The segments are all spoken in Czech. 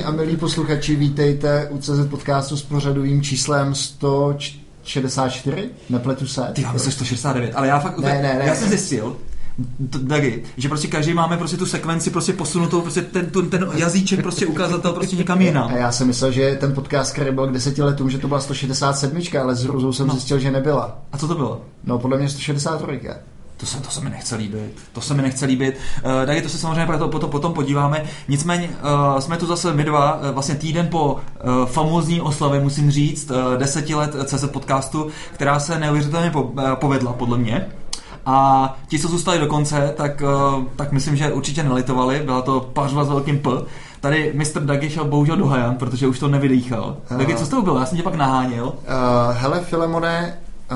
Vážení a milí posluchači, vítejte u CZ podcastu s pořadovým číslem 164, nepletu se. Ty máme 169, ale já fakt, ne. Já jsem zjistil, Dagi, že prostě každý máme prostě tu sekvenci prostě posunutou, prostě ten jazyček prostě ukázatel prostě někam jinam. A já jsem myslel, že ten podcast, který byl k 10 letům, že to byla 167, ale s Hruzou jsem zjistil, že nebyla. A co to bylo? No podle mě 163. To se mi nechce líbit. Dagi, to se samozřejmě potom podíváme. Nicméně jsme tu zase my dva, vlastně týden po famózní oslavě, musím říct, 10 let CZ podcastu, která se neuvěřitelně povedla, podle mě. A ti, co zůstali do konce, tak myslím, že určitě nelitovali. Byla to pařba s velkým P. Tady Mr. Dagi šel bohužel do hajan, protože už to nevydýchal. Dagi, co s tou bylo? Já jsem tě pak naháněl. Hele, Filemone,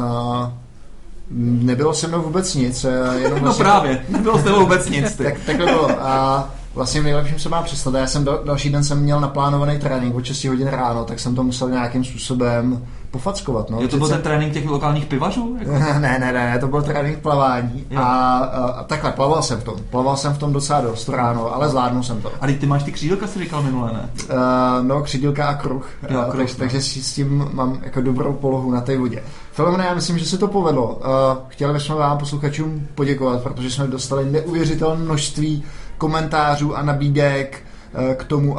nebylo se mnou vůbec nic. Jenom no právě, nebylo s tebou vůbec nic. Tak to bylo. A vlastně nejlepším se má představit. Já jsem další den jsem měl naplánovaný trénink od 6 hodin ráno, tak jsem to musel nějakým způsobem pofackovat. No. To byl ten trénink těch lokálních pivařů? Jako? Ne, to byl trénink plavání. A takhle, plaval jsem v tom docela dost ráno, ale zvládnul jsem to. A ty máš ty křídilka, jsi říkal minule, ne? No, křídilka a kruh. Takže s tím mám jako dobrou polohu na té vodě. Filemone, já myslím, že se to povedlo. Chtěli bychom vám posluchačům poděkovat, protože jsme dostali neuvěřitelné množství komentářů a nabídek k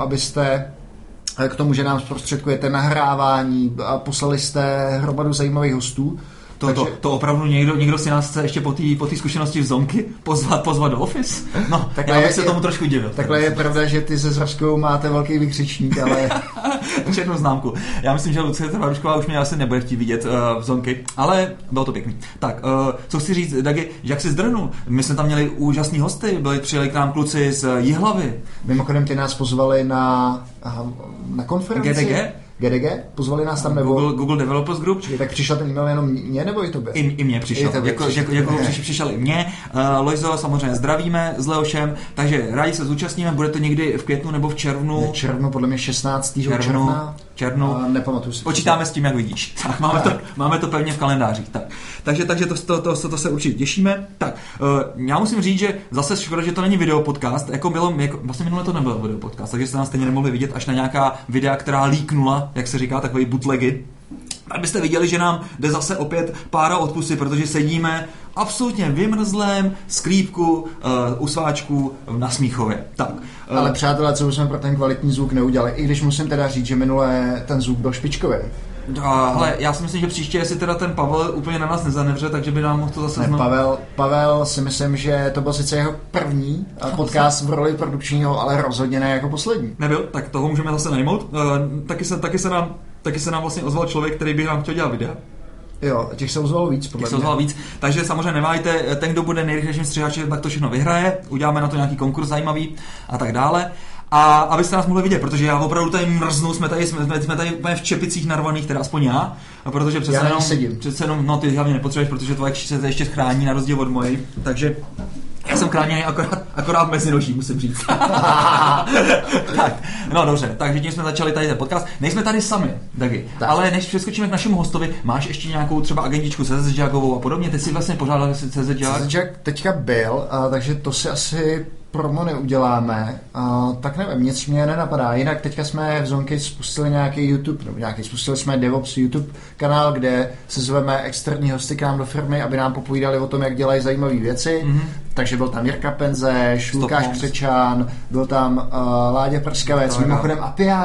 tomu, že nám zprostředkujete nahrávání a poslali jste hromadu zajímavých hostů. To opravdu někdo si nás chce ještě po té zkušenosti v Zonky pozvat do office? No, já bych se tomu trošku divil. Takhle je pravda, že ty se Zravskou máte velký vykřičník, ale... Černou známku. Já myslím, že Lucie Tvarušková už mě asi nebude chtít vidět v Zonky, ale bylo to pěkný. Tak, co chci říct, Dagi, jak jsi zdrhnul? My jsme tam měli úžasný hosty, přijeli k nám kluci z Jihlavy. Mimochodem ty nás pozvali na konferenci. GDG? Pozvali nás tam nebo... Google Developers Group. Tak přišel ten e-mail jenom mě nebo i tobě? I mě přišel. Přišel i mě. Lojzo, samozřejmě zdravíme s Leošem, takže rádi se zúčastníme, bude to někdy v květnu nebo v červnu. Červnu, podle mě 16. červnu. Nepamatuju si. Počítáme s tím, jak vidíš. Tak, máme to pevně v kalendářích. Tak. Takže to se určitě těšíme. Tak, já musím říct, že zase škoda, že to není videopodcast, vlastně minule to nebyl videopodcast, takže jste nás stejně nemohli vidět až na nějaká videa, která líknula, jak se říká, takový bootlegy. Tak byste viděli, že nám jde zase opět pára od pusy, protože sedíme absolutně vymrzlém sklípku u sváčků na Smíchově. Tak. Ale přátelé, co jsme pro ten kvalitní zvuk neudělali, i když musím teda říct, že minule ten zvuk byl špičkový. Hele, já si myslím, že příště, jestli teda ten Pavel úplně na nás nezanevře, takže by nám mohl to zase znovu... Pavel si myslím, že to byl sice jeho první podcast v roli produkčního, ale rozhodně ne jako poslední. Nebyl, tak toho můžeme zase najmout. Taky se nám vlastně ozval člověk, který by nám chtěl dělat videa. Jo, těch se ozvalo víc, takže samozřejmě neváhejte, ten, kdo bude nejrychlejším střihačem, tak to všechno vyhraje, uděláme na to nějaký konkurs zajímavý a tak dále. A abyste nás mohli vidět, protože já opravdu tady mrznu, jsme tady v čepicích narvaných, teda aspoň já, protože přece jenom, no ty hlavně nepotřebuješ, protože tvoje kšice se ještě chrání na rozdíl od mojej, takže já jsem chráněný akorát mezi noží, musím říct. Tak, no dobře, takže tím jsme začali tady ten podcast. Nejsme tady sami, Dagi, ale než přeskočíme k našemu hostovi, máš ještě nějakou třeba agendičku CZ Jackovou a podobně, ty si vlastně požádal CZ Jack? CZ Jack teďka byl, takže to si asi promo neuděláme, tak nevím, nic mě nenapadá. Jinak teďka jsme v Zonky spustili spustili jsme DevOps YouTube kanál, kde se zveme externí hosty k nám do firmy, aby nám popovídali o tom, jak dělají zajímavé věci. Mm-hmm. Takže byl tam Jirka Penzeš, Lukáš Křečán, byl tam Láďa Prskavec, mimochodem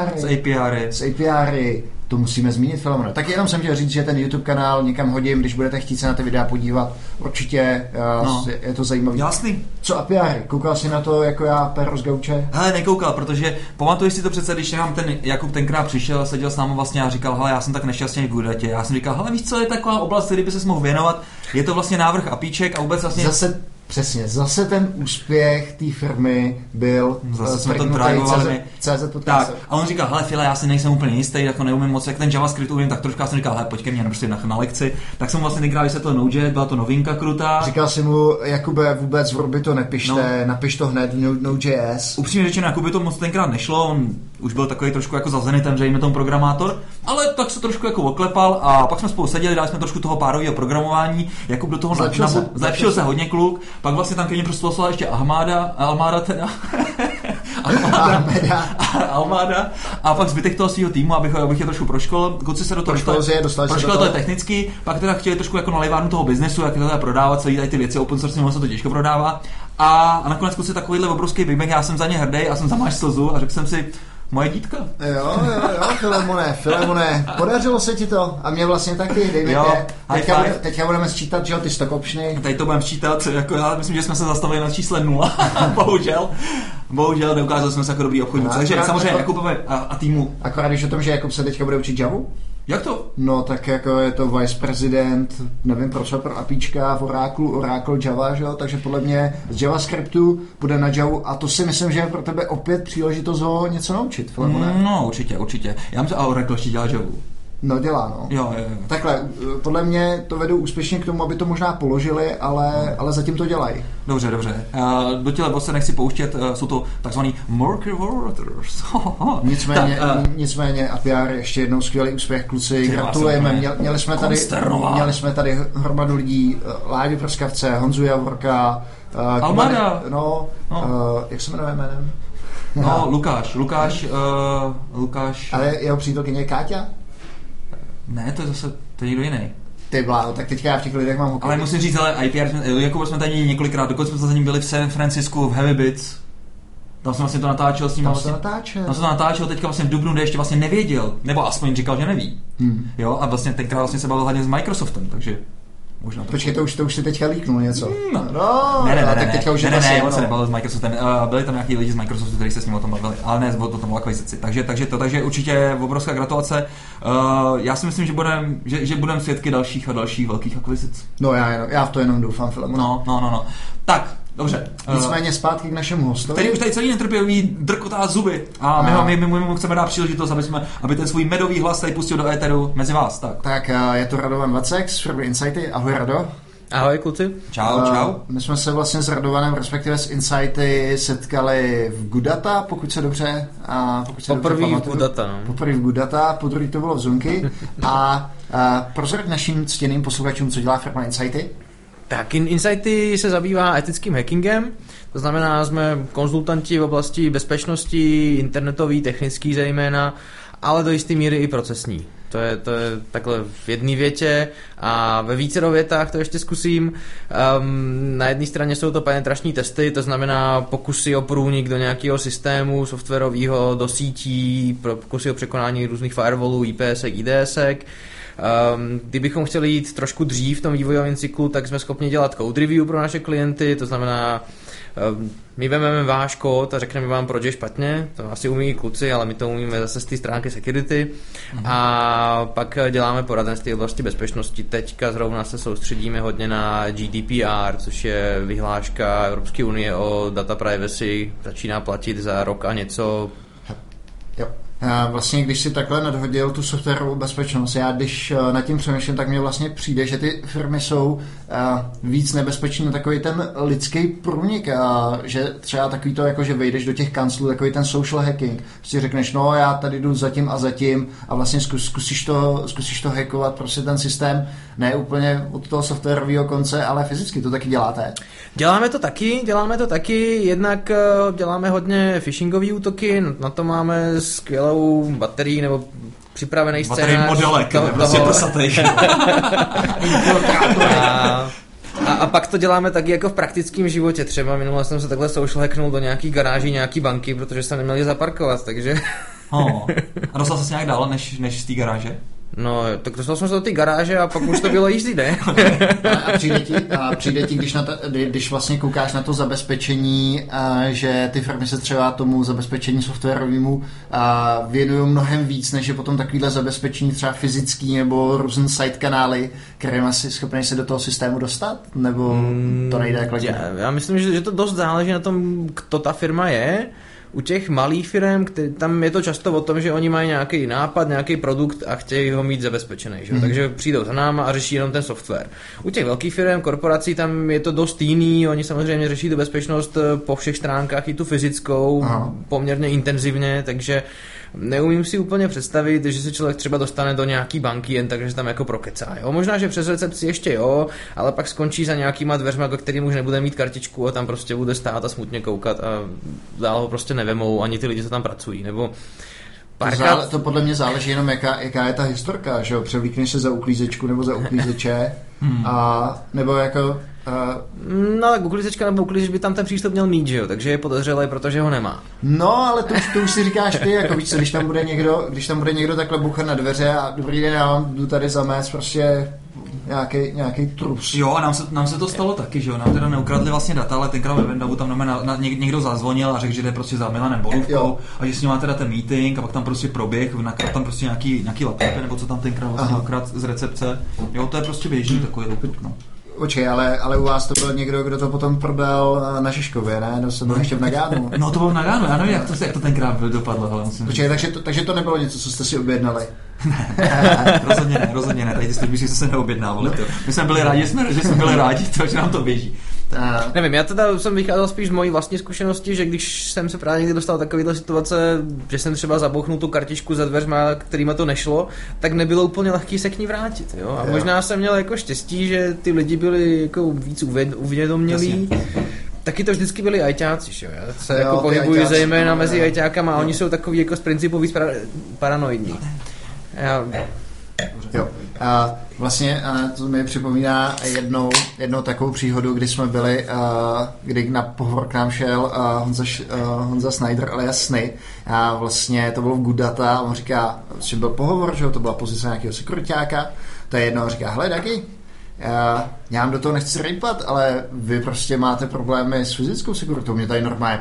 z APRy. To musíme zmínit, Filemone. Tak jenom jsem chtěl říct, že ten YouTube kanál někam hodím, když budete chtít se na ty videa podívat. Určitě je to zajímavý. Jasný. Co API? Koukal jsi na to jako já, Pero z Gauče? Hele, nekoukal, protože pamatuješ si to přece, když nám ten Jakub tenkrát přišel, seděl s námi vlastně a říkal, hele, já jsem tak nešťastný v Goodatě. Já jsem říkal, hele, víš co, je taková oblast, který by ses mohl věnovat. Je to vlastně návrh APIček a vůbec vlastně... Zase ten úspěch té firmy byl zase jsme to drivovali tak, a on říkal, hele File, já si nejsem úplně jistý, jako neumím moc, jak ten JavaScript umím, tak trošku já jsem říkal, hele, pojď ke mně prostě na lekci, tak jsem mu vlastně tenkrát vysvětlil Node.js, byla to novinka krutá. Říkal si mu, Jakube, vůbec v Ruby to nepište, napiš to hned v Node.js. Upřímně řečeno, Jakuby to moc tenkrát nešlo, on už byl takový trošku jako za Zenitem, že jim tomu programátor, ale tak se trošku jako oklepal a pak jsme spolu seděli, dali jsme trošku toho párového programování, Jakub do toho zlepšil se hodně kluk. Pak vlastně tam ke mně prostě poslala ještě Almáda teda. Almada a pak zbytek toho svého týmu, abych je trošku proškol. Kluci se do toho proškol, to je technicky, pak teda chtěli trošku jako nalejvárnu toho biznesu, jak to teda prodávat, celý tady ty věci open source, ono se to těžko prodává. A nakonec kluci takovýhle obrovský Big Bang, já jsem za ně hrdý a jsem za máš slzu a řekl jsem si, moje dítka. Jo, Filemone, podařilo se ti to a mě vlastně taky, dej mi teďka budeme sčítat, že jo, ty stock optiony. Teď to budeme sčítat, jako já myslím, že jsme se zastavili na čísle 0, bohužel neukázali jsme se jako dobrý obchodníci, takže samozřejmě Jakubovi a týmu. Akorát když o tom, že Jakub se teďka bude učit Javu? Jak to? No tak jako je to vice prezident, nevím pro APIčka v Oracle Java, že jo, takže podle mě z JavaScriptu bude na Javu a to si myslím, že je pro tebe opět příležitost ho něco naučit, Filemone. No určitě. Já myslím, a Oracle ještě dělá Javu. No dělá, no. Jo. Takhle, podle mě to vedou úspěšně k tomu, aby to možná položili, ale zatím to dělají. Dobře. Do těle se nechci pouštět, jsou to takzvaný Murky Waters. Nicméně APR ještě jednou skvělý úspěch, kluci, gratulujeme. Měli jsme tady hromadu lidí, Láďu Prskavce, Honzu Javorka, Almada. Jak se jmenuje jménem? No, Lukáš. Ale jeho přítelkyně je Káťa? Ne, to je zase někdo jiný. Ty bláho, tak teďka já v těch lidech mám hokej. Ale musím říct, IPR, jako jsme tady několikrát, dokonce jsme za ním byli v San Francisku, v Heavy Bits. Tam jsem vlastně to natáčel s ním. Tam se to natáčel, teďka vlastně v dubnu, kde ještě vlastně nevěděl, nebo aspoň říkal, že neví. Jo, a vlastně tenkrát vlastně se bavil hlavně s Microsoftem, takže možná to. Počkej, to už si teďka líknul něco. Tak teďka už ne, on se nebavil s Microsoftem. Byli tam nějaký lidi z Microsoftu, kteří se s ním o tom bavili, ale ne o tom akvizici. Takže určitě obrovská gratulace. Já si myslím, že budeme svědky dalších a dalších velkých akvizic. No já v to jenom doufám, Filemone. No. Tak, dobře. Nicméně zpátky k našemu hostovi. Který už tady celý netrpělivý drkotá zuby. A my mu chceme dát příležitost, aby ten svůj medový hlas tady pustil do éteru mezi vás. Tak je to Radovan Vacek z firmy Insighty. Ahoj, Rado. Ahoj, kluci. Čau. My jsme se vlastně s Radovanem, respektive s Insighty, setkali v Goodata, pokud se dobře Poprvé v Goodata, podruhé to bylo v Zonky. A prozrať našim ctěným posluchačům, co dělá firma Insighty. Tak, Insighty se zabývá etickým hackingem, to znamená, jsme konzultanti v oblasti bezpečnosti, internetový, technický zejména, ale do jisté míry i procesní. To je takhle v jedné větě a ve vícero větách to ještě zkusím. Na jedné straně jsou to penetrační testy, to znamená pokusy o průnik do nějakého systému softwarového, do sítí, pokusy o překonání různých firewallů, IPSek, IDSek. Kdybychom chtěli jít trošku dřív v tom vývojovém cyklu, tak jsme schopni dělat code review pro naše klienty, to znamená, my vezmeme váš kód a řekneme vám, proč je špatně, to asi umí kluci, ale my to umíme zase z té stránky security a pak děláme poradenství v oblasti bezpečnosti. Teďka zrovna se soustředíme hodně na GDPR, což je vyhláška Evropské unie o data privacy, začíná platit za rok a něco. Jo. Vlastně, když si takhle nadhodil tu softwarovou bezpečnost, já když nad tím přemýšlím, tak mně vlastně přijde, že ty firmy jsou víc nebezpečný na takový ten lidský průnik, že třeba takový to, jako že vejdeš do těch kanclů, takový ten social hacking, si řekneš, no já tady jdu zatím a vlastně zkusíš to hackovat, prostě ten systém, ne úplně od toho softwarového konce, ale fyzicky to taky děláte. Děláme to taky, jednak děláme hodně phishingové útoky, na to máme skvělou baterii nebo připravený scénář. Baterii modelek, prostě prsatej. A pak to děláme taky jako v praktickém životě. Třeba minule jsem se takhle social hacknul do nějaký garáží, nějaký banky, protože jsem neměl zaparkovat, takže... A dostal jsi nějak dál než z té garáže? No, tak dostal jsem se do té garáže a pak už to bylo easy, ne? A přijde ti, když vlastně koukáš na to zabezpečení, že ty firmy se třeba tomu zabezpečení softwarovému věnují mnohem víc, než je potom takovýhle zabezpečení třeba fyzický nebo různý site kanály, kterým asi schopný se do toho systému dostat? Nebo to nejde jak letí? Já myslím, že to dost záleží na tom, kdo ta firma je. U těch malých firm, tam je to často o tom, že oni mají nějaký nápad, nějaký produkt a chtějí ho mít zabezpečený, že? Takže přijdou za náma a řeší jenom ten software. U těch velkých firm, korporací, tam je to dost jiný, oni samozřejmě řeší tu bezpečnost po všech stránkách, i tu fyzickou, poměrně intenzivně, takže neumím si úplně představit, že se člověk třeba dostane do nějaký banky jen tak, že tam jako prokecá. Jo? Možná, že přes recepci ještě jo, ale pak skončí za nějakýma dveřma, ve kterým už nebude mít kartičku a tam prostě bude stát a smutně koukat a dál ho prostě nevemou ani ty lidi, co tam pracují. Nebo to podle mě záleží jenom, jaká je ta historka, že jo? Převlíkneš se za uklízečku nebo za uklízeče a nebo jako... No tak uklízečka nebo uklízeč by tam ten přístup měl mít, že jo? Takže je podezřelý, protože ho nemá. No, ale to už si říkáš ty, jako víš co, když tam bude někdo takhle buchat na dveře a dobrý den, já vám jdu tady zamést prostě nějaký trus. Jo, a nám se to stalo taky, že jo, nám teda neukradli vlastně data, ale tenkrát ve Vendavu tam někdo zazvonil a řekl, že jde prostě za Milanem Borůvkou a že s ním má teda ten meeting a pak tam prostě proběh, nakrát tam prostě nějaký laptopy, nebo co tam tenkrát vlastně ukradl z recepce. Jo, to je prostě běžný takový dokup, no. Počkej, ale u vás to byl někdo, kdo to potom prodal na Žižkově, ne? No, jsem byl ještě v Nagánu. No to bylo v Nagánu, já nevím, jak to tenkrát dopadlo. Ale počkej, takže to nebylo něco, co jste si objednali? Ne, rozhodně ne, tady ty služby se neobjednávali. My jsme byli rádi, že jsme byli rádi, že nám to běží. Nevím, já teda jsem vycházel spíš z mojí vlastní zkušenosti, že když jsem se právě někdy dostal takovýhle situace, že jsem třeba zabouchnul tu kartičku za dveřma, kterýma to nešlo, tak nebylo úplně lehký se k ní vrátit. Jo? A možná jsem měl jako štěstí, že ty lidi byli jako víc uvědomělí. Taky to vždycky byli ajťáci, že jo? Já se jako pohybuji zejména mezi ajťákama a oni jsou takový jako z principu víc paranoidní. Jo. A vlastně to mi připomíná jednou takovou příhodu, kdy jsme byli, kdy na pohovor k nám šel Honza Snyder, ale jasný. A vlastně to bylo v Good Data a on říká, že byl pohovor, že to byla pozice nějakého sekuritáka, to je jedno, říká, hele Dagi, já vám do toho nechci rejpat, ale vy prostě máte problémy s fyzickou sekuritou. Mě tady normálně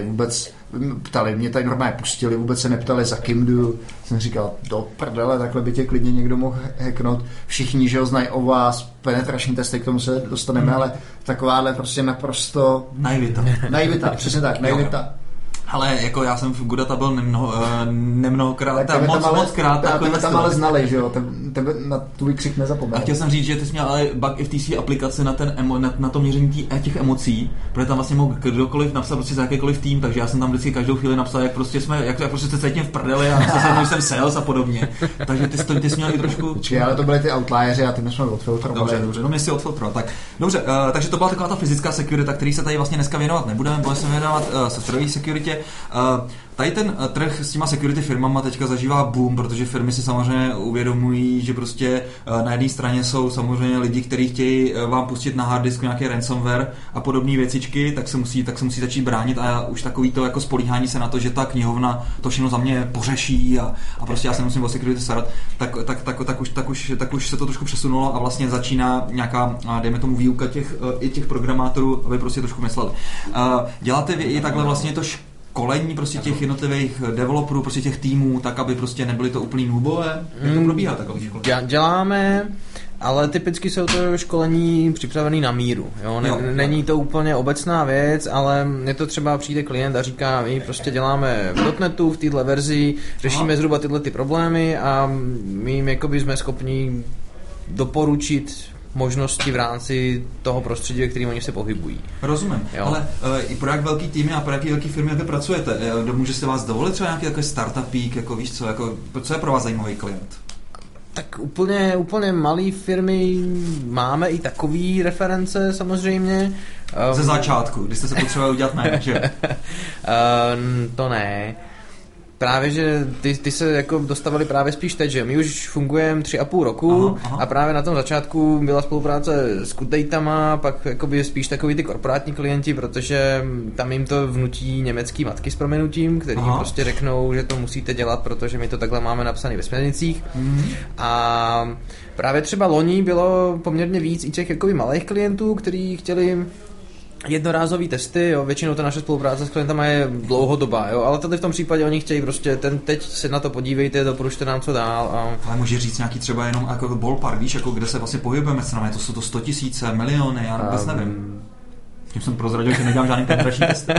mě tady normálně pustili, vůbec se neptali, za kým jdu. Jsem říkal, do prdele, takhle by tě klidně někdo mohl hacknout. Všichni, že ho znají o vás, penetrační testy, k tomu se dostaneme, ale takováhle prostě naprosto... Naivita, přesně tak, naivita. Ale jako já jsem v Goodata byl nemnohokrát, mockrát. A tebe tam ale znali, že jo, tebe na tvůj křik nezapomněl. A chtěl jsem říct, že ty jsi měl ale bug i v té své aplikaci na to měření těch emocí, protože tam vlastně mohl kdokoliv napsat prostě za jakýkoliv tým, takže já jsem tam vždycky každou chvíli napsal, jak prostě se cítím v prdeli a jsem sales a podobně. Takže ty jsi měl i trošku... Ale to byly ty outlieři a ty jsme odfiltrovali. Dobře, no mě si odfiltroval. Tak dobře, takže to byla taková ta fyzická security, který se tady vlastně dneska věnovat nebudeme, budeme se věnovat softwarové security. Tady ten trh s těma security firmama teďka zažívá boom, protože firmy si samozřejmě uvědomují, že prostě na jedné straně jsou samozřejmě lidi, kteří chtějí vám pustit na hard disk nějaký ransomware a podobné věcičky, tak se musí začít bránit a už takový to jako spolíhání se na to, že ta knihovna to všechno za mě pořeší a prostě já se musím o security starat, tak už se to trošku přesunulo a vlastně začíná nějaká, dejme tomu, výuka těch programátorů, aby prostě trošku mysleli. Děláte vy i takhle vlastně to školení prostě těch jednotlivých developerů, prostě těch týmů, tak aby prostě nebyly to úplný noobové? Jak to probíhá takový školení? Děláme, ale typicky jsou to školení připravené na míru. Jo? Není to úplně obecná věc, ale je to třeba přijde klient a říká, my prostě děláme v .NETu v této verzi, řešíme zhruba tyhle ty problémy a my jim jakoby jsme schopni doporučit možnosti v rámci toho prostředí, ve kterém oni se pohybují. Rozumím, jo. Ale i pro jak velký týmy a pro jaký velký firmy jak pracujete? Může se vás dovolit třeba nějaký takový startupík, jako víš co, jako, co je pro vás zajímavý klient? Tak úplně malý firmy máme i takový reference samozřejmě. Ze začátku, když jste se potřebovali udělat jméno, že? To ne. Právě, že ty se jako dostavili právě spíš teď, že my už fungujeme 3,5 roku a právě na tom začátku byla spolupráce s Kudejtama, pak jakoby spíš takový ty korporátní klienti, protože tam jim to vnutí německý matky s prominutím, který jim prostě řeknou, že to musíte dělat, protože my to takhle máme napsané ve směrnicích. A právě třeba loni bylo poměrně víc i těch jakoby malých klientů, kteří chtěli jednorázový testy, jo, většinou ta naše spolupráce s klientama je dlouhodobá, jo, ale tady v tom případě oni chtějí prostě teď se na to podívejte, doporučte nám co dál. Ale může říct nějaký třeba jenom jako ballpark, víš, jako kde se vlastně pohybujeme s námi, to jsou to 100 000, miliony, já vůbec nevím. Tím jsem prozradil, že nedělám žádný penetrační testy.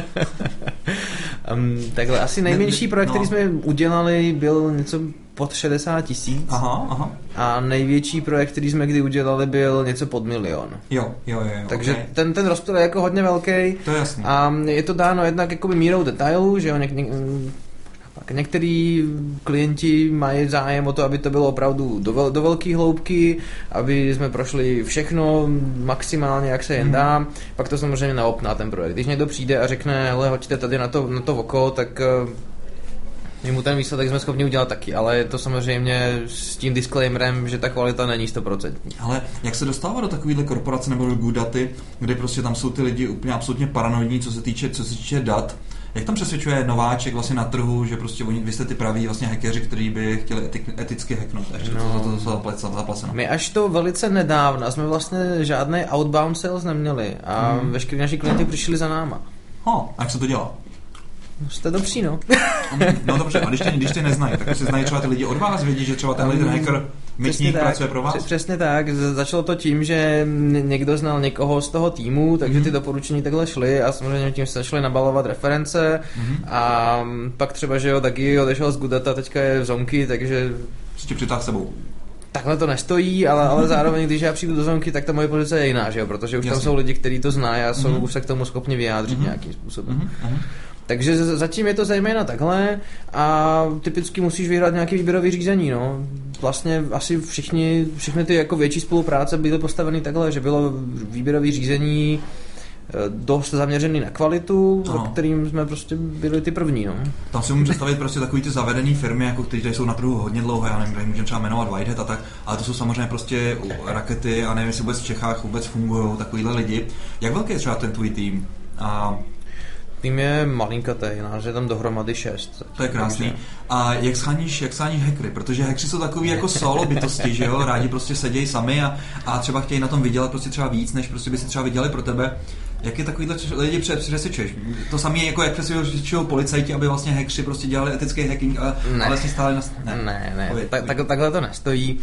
Takhle, asi nejmenší projekt, který jsme udělali, byl něco pod 60 000. A největší projekt, který jsme kdy udělali, byl něco pod 1 000 000. Jo. Takže okay. ten rozptyl je jako hodně velký. To je jasný. A je to dáno jednak jakoby mírou detailu, že jo, naopak. Některý klienti mají zájem o to, aby to bylo opravdu do velké hloubky, aby jsme prošli všechno maximálně, jak se jen dá, pak to samozřejmě naopná ten projekt. Když někdo přijde a řekne, hele, hoďte tady na to oko, tak my mu ten výsledek jsme schopni udělat taky, ale je to samozřejmě s tím disclaimerem, že ta kvalita není 100%. Ale jak se dostává do takovýhle korporace nebo do Goodaty, kde prostě tam jsou ty lidi úplně absolutně paranoidní, co se týče dat, jak tam přesvědčuje nováček vlastně na trhu, že prostě vy jste ty praví vlastně hackeři, kteří by chtěli eticky hacknout, ještě to zaplaceno. My až to velice nedávno jsme vlastně žádný outbound sales neměli a veškerý naši klienti přišli za náma. A jak se to dělá? Jste dobří, no. No dobře, a když tě neznají, tak si znají třeba ty lidi od vás, vědí, že třeba ten hacker mytník pracuje pro vás? Přesně tak, začalo to tím, že někdo znal někoho z toho týmu, takže ty doporučení takhle šly a samozřejmě tím se začaly nabalovat reference a pak třeba, že jo, taky odešel z Goodata, teďka je v Zonky, takže si tě přitáhl s sebou. Takhle to nestojí, ale zároveň, když já přijdu do Zonky, tak ta moje pozice je jiná, že jo, protože už tam jsou lidi, kteří to znají a jsou už se k tomu schopni vyjádřit nějakým způsobem. Takže zatím je to zejména takhle a typicky musíš vyhrát nějaký výběrový řízení, no. Vlastně asi všechny ty jako větší spolupráce byly postaveny takhle, že bylo výběrový řízení dost zaměřený na kvalitu, o kterým jsme prostě byli ty první, no. Tam si můžu představit prostě takový ty zavedený firmy, jako kteří tady jsou na trhu hodně dlouho, já nevím, můžeme třeba jmenovat Whitehead a tak, ale to jsou samozřejmě prostě rakety a nevím, jestli vůbec v Čechách vůbec fungují takovýhle lidi. Jak velký je třeba ten tvůj tým? Tým je malinkatý, nás je tam dohromady 6. To je krásný. A jak sháníš hackery? Protože hackři jsou takový jako solo bytosti, že jo? Rádi prostě sedějí sami a třeba chtějí na tom vydělat prostě třeba víc, než prostě by si třeba vydělali pro tebe. Jak je takovýhle lidi přesvědčuješ? To samé jako jak přesvědčují policajti, aby vlastně hackři prostě dělali etický hacking, ale vlastně stále Ne. Takhle to nestojí.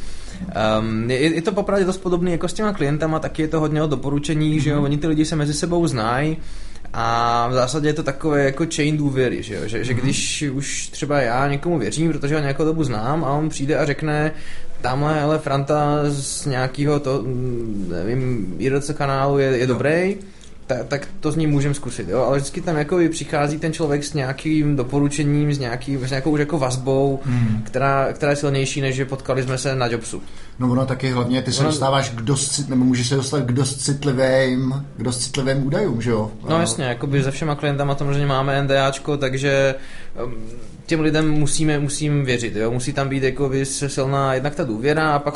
Je to popravdě dost podobný jako s těma klientama, taky je to hodně o doporučení, že jo? Oni ty lidi se mezi sebou znají. A v zásadě je to takové jako chain důvěry, že když už třeba já někomu věřím, protože ho nějakou dobu znám a on přijde a řekne tamhle, hele, Franta z nějakého nevím, IRC kanálu je dobrý, tak to s ním můžeme zkusit, jo? Ale vždycky tam jako přichází ten člověk s nějakým doporučením, s nějakou už jako vazbou, která je silnější, než že potkali jsme se na Jobsu. No ono taky hlavně, ty se dostáváš nebo můžeš se dostat k dost citlivým údajům, že jo? No jasně, jakoby se všema klientama samozřejmě máme NDAčko, takže těm lidem musím věřit, jo? Musí tam být jakoby silná jednak ta důvěra a pak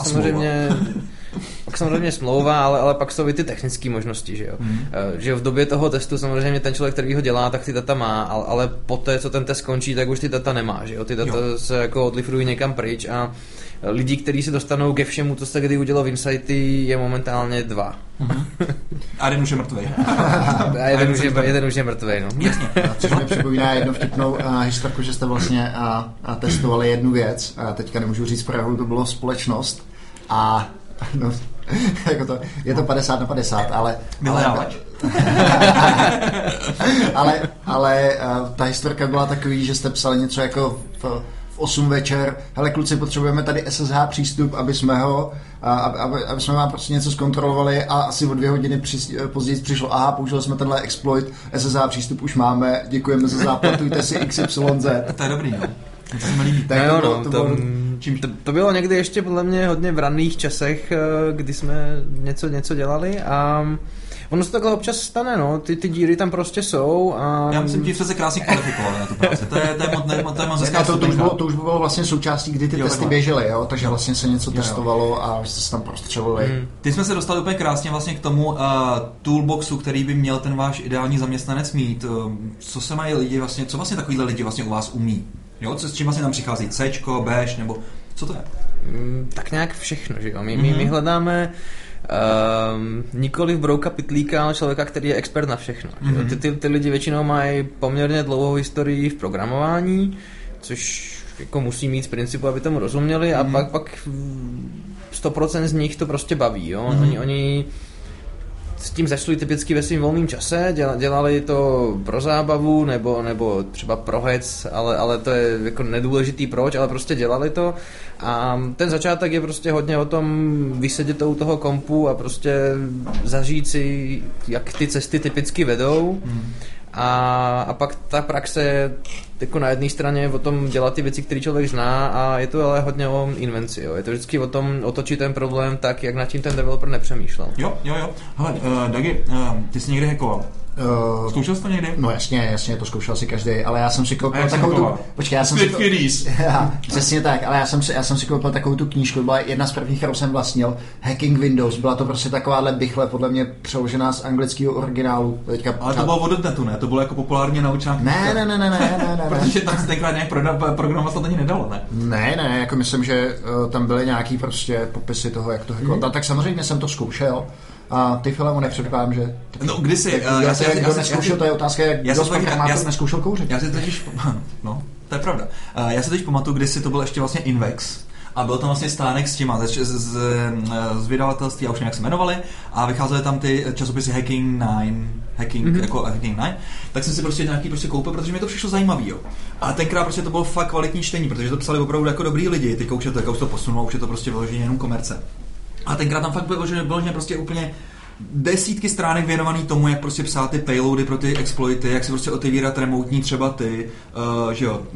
samozřejmě smlouva, ale pak jsou i ty technické možnosti, že jo. Že v době toho testu samozřejmě ten člověk, který ho dělá, tak ty data má, ale poté, co ten test skončí, tak už ty data nemá, že jo. Ty data se jako odlifrují někam pryč a lidí, kteří se dostanou ke všemu, co se kdy udělalo v Insighty, je momentálně 2. A jeden už je mrtvej. jeden už je mrtvej, no. Jasně. Což mi připomíná jednu vtipnou historku, že jste vlastně testovali jednu věc, a teďka nemůžu říct, protože to bylo společnost a no, jako to, je to 50/50, ale ta historka byla takový, že jste psali něco jako v 8 večer, hele kluci, potřebujeme tady SSH přístup, aby jsme vám prostě něco zkontrolovali a asi o 2 hodiny později přišlo, použili jsme tenhle exploit, SSH přístup už máme, děkujeme za záplatujte si XYZ. To je dobrý, no. To se mi líbí. To bylo někdy ještě podle mě hodně v raných časech, kdy jsme něco dělali a ono se takhle občas stane, no, ty díry tam prostě jsou a... Já myslím, že jste se krásně kvalifikovali na tu práci, to je moc hezká. To už bylo vlastně součástí, kdy ty testy běžely, jo, takže vlastně se něco testovalo a vy jste se tam prostřelili. Ty jsme se dostali úplně krásně vlastně k tomu toolboxu, který by měl ten váš ideální zaměstnanec mít. Co se mají lidi vlastně, co vlastně takovýhle lidi vlastně u vás umí? Jo, s čím vlastně tam přichází? Cčko, Bč, nebo co to je? Tak nějak všechno, že jo. My hledáme nikoli brouka pitlíka, ale člověka, který je expert na všechno. Ty lidi většinou mají poměrně dlouhou historii v programování, což jako musí mít z principu, aby tomu rozuměli a pak 100% z nich to prostě baví. Jo? Oni s tím začali typicky ve svým volném čase, dělali to pro zábavu nebo třeba pro hec, ale to je jako nedůležitý proč, ale prostě dělali to a ten začátek je prostě hodně o tom vysedět u toho kompu a prostě zažít si, jak ty cesty typicky vedou A pak ta praxe jako na jedné straně o tom dělat ty věci, které člověk zná, a je to ale hodně o invenci. Jo. Je to vždycky o tom otočit ten problém tak, jak nad tím ten developer nepřemýšlel. Jo. Hele, Dagi, ty jsi někdy hackoval? Zkoušel jsi to někdy? No jasně, to zkoušel si každý, ale já jsem si koupil takovou tu... Počkej, já jsem si... Přesně tak, ale já jsem si koupil takovou tu knížku, byla jedna z prvních, kterou jsem vlastnil, Hacking Windows, byla to prostě takováhle bychle, podle mě přeložená z anglického originálu. Ale to bylo od .netu, ne? To bylo jako populárně naučená knížka. Ne. Protože tam se tenkrát nějak programovat to ani nedalo, ne? Ne, jako myslím, že tam byly nějaký prostě popisy toho, jak to hackovat. Tak samozřejmě jsem to zkoušel. A ty, Filemone, předpokládám, že... No, kdysi... Kdo neskoušel, to je otázka, jak kdo z programátorů neskoušel kouřit. Já si totiž... No, to je pravda. Já si teď pamatuju, kdysi to byl ještě vlastně Invex. A byl tam vlastně stánek s těma, z vydavatelství, já už nějak se jmenovali, a vycházely tam ty časopisy Hacking 9, jako Hacking 9, tak jsem si prostě nějaký koupil, protože mi to přišlo zajímavý, jo. A tenkrát prostě to bylo fakt kvalitní čtení, protože to psali opravdu jako dobrý lidi, teďka už to posunulo, už je to prostě vyloženě jenom komerce. A tenkrát tam fakt bylo, že prostě úplně desítky stránek věnovaný tomu, jak prostě psát ty payloady pro ty exploity, jak si prostě otevírat remotní třeba ty, že jo,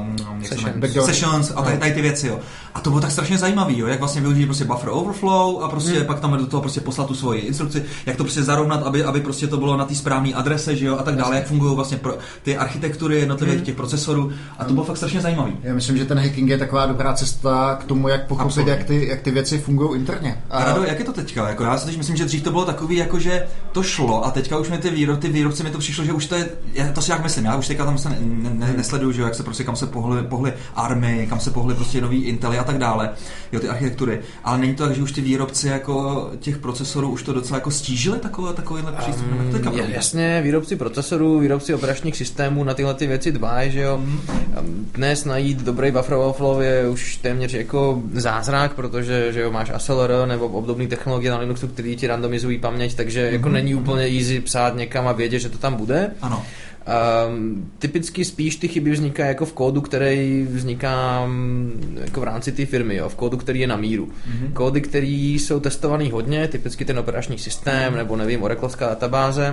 sessions a tady ty věci, jo. A to bylo tak strašně zajímavý, jo, jak vlastně využít prostě buffer overflow a prostě pak tam do toho prostě poslat tu svoji instrukci, jak to prostě zarovnat, aby prostě to bylo na té správné adrese, že jo, a tak dále, jak fungují vlastně ty architektury jednotlivých těch procesorů, a to bylo fakt strašně zajímavý. Já myslím, že ten hacking je taková dobrá cesta k tomu, jak pochopit, jak ty věci fungují interně. A Rado, jak je to teďka? Jako já si teď myslím, že dřív to bylo takový, jako že to šlo, a teďka už mi ty výrobci mi to přišlo, že už to je, to si jak myslím, já už teďka tam se nesleduju, že jak se prostě kam se pohly ARMy, kam se pohly prostě nový Intely a tak dále, jo, ty architektury, ale není to tak, že už ty výrobci jako těch procesorů už to docela jako stížili takovýhle přístup. Jasně, výrobci procesorů, výrobci operačních systémů na tyhle ty věci dbají, že jo. Dnes najít dobrý buffer overflow je už téměř jako zázrak, protože že jo, máš ASLR nebo obdobné technologie na Linuxu, který ti randomizují paměť, takže jako není úplně easy psát někam a vědět, že to tam bude. Ano. Typicky spíš ty chyby vznikají jako v kódu, který vzniká jako v rámci té firmy, jo, v kódu, který je na míru. Kódy, který jsou testovaný hodně, typicky ten operační systém, nebo nevím, oraclovská databáze,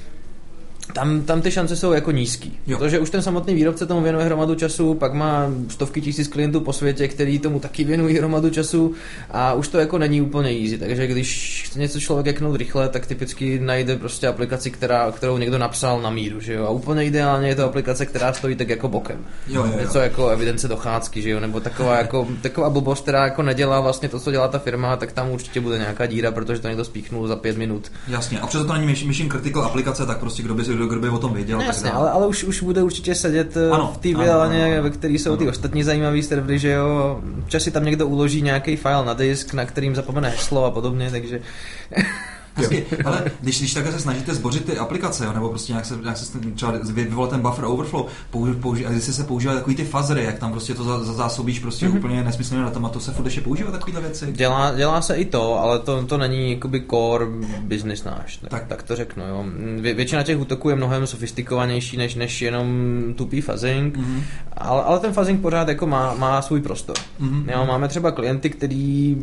tam ty šance jsou jako nízký, protože už ten samotný výrobce tomu věnuje hromadu času, pak má stovky tisíc klientů po světě, který tomu taky věnují hromadu času, a už to jako není úplně easy, takže když chce něco člověk hacknout rychle, tak typicky najde prostě aplikaci, kterou někdo napsal na míru, že jo, a úplně ideálně je to aplikace, která stojí tak jako bokem. Něco jako evidence docházky, že jo, nebo taková blbost, která jako nedělá vlastně to, co dělá ta firma, tak tam určitě bude nějaká díra, protože to někdo spíchnul za 5 minut. Jasně, a přesto to není mission critical aplikace, tak prostě kdo by o tom věděl. Jasně, ale už bude určitě sedět v té VLANě, ve které jsou ty ostatní zajímavý servery, že jo. Občas si tam někdo uloží nějaký file na disk, na kterým zapomene heslo a podobně, takže... Hezky, ale když takhle se snažíte zbořit ty aplikace, jo, nebo prostě nějak se třeba vyvolat ten buffer overflow, jestli se používají takový ty fuzzery, jak tam prostě to zásobíš prostě úplně nesmyslně datama, to se furt ještě používá takovýhle věci? Dělá se i to, ale to není jakoby core business náš, tak to řeknu, jo. Většina těch útoků je mnohem sofistikovanější než jenom tupý fuzzing, ale ten fuzzing pořád jako má svůj prostor. Jo, máme třeba klienty, který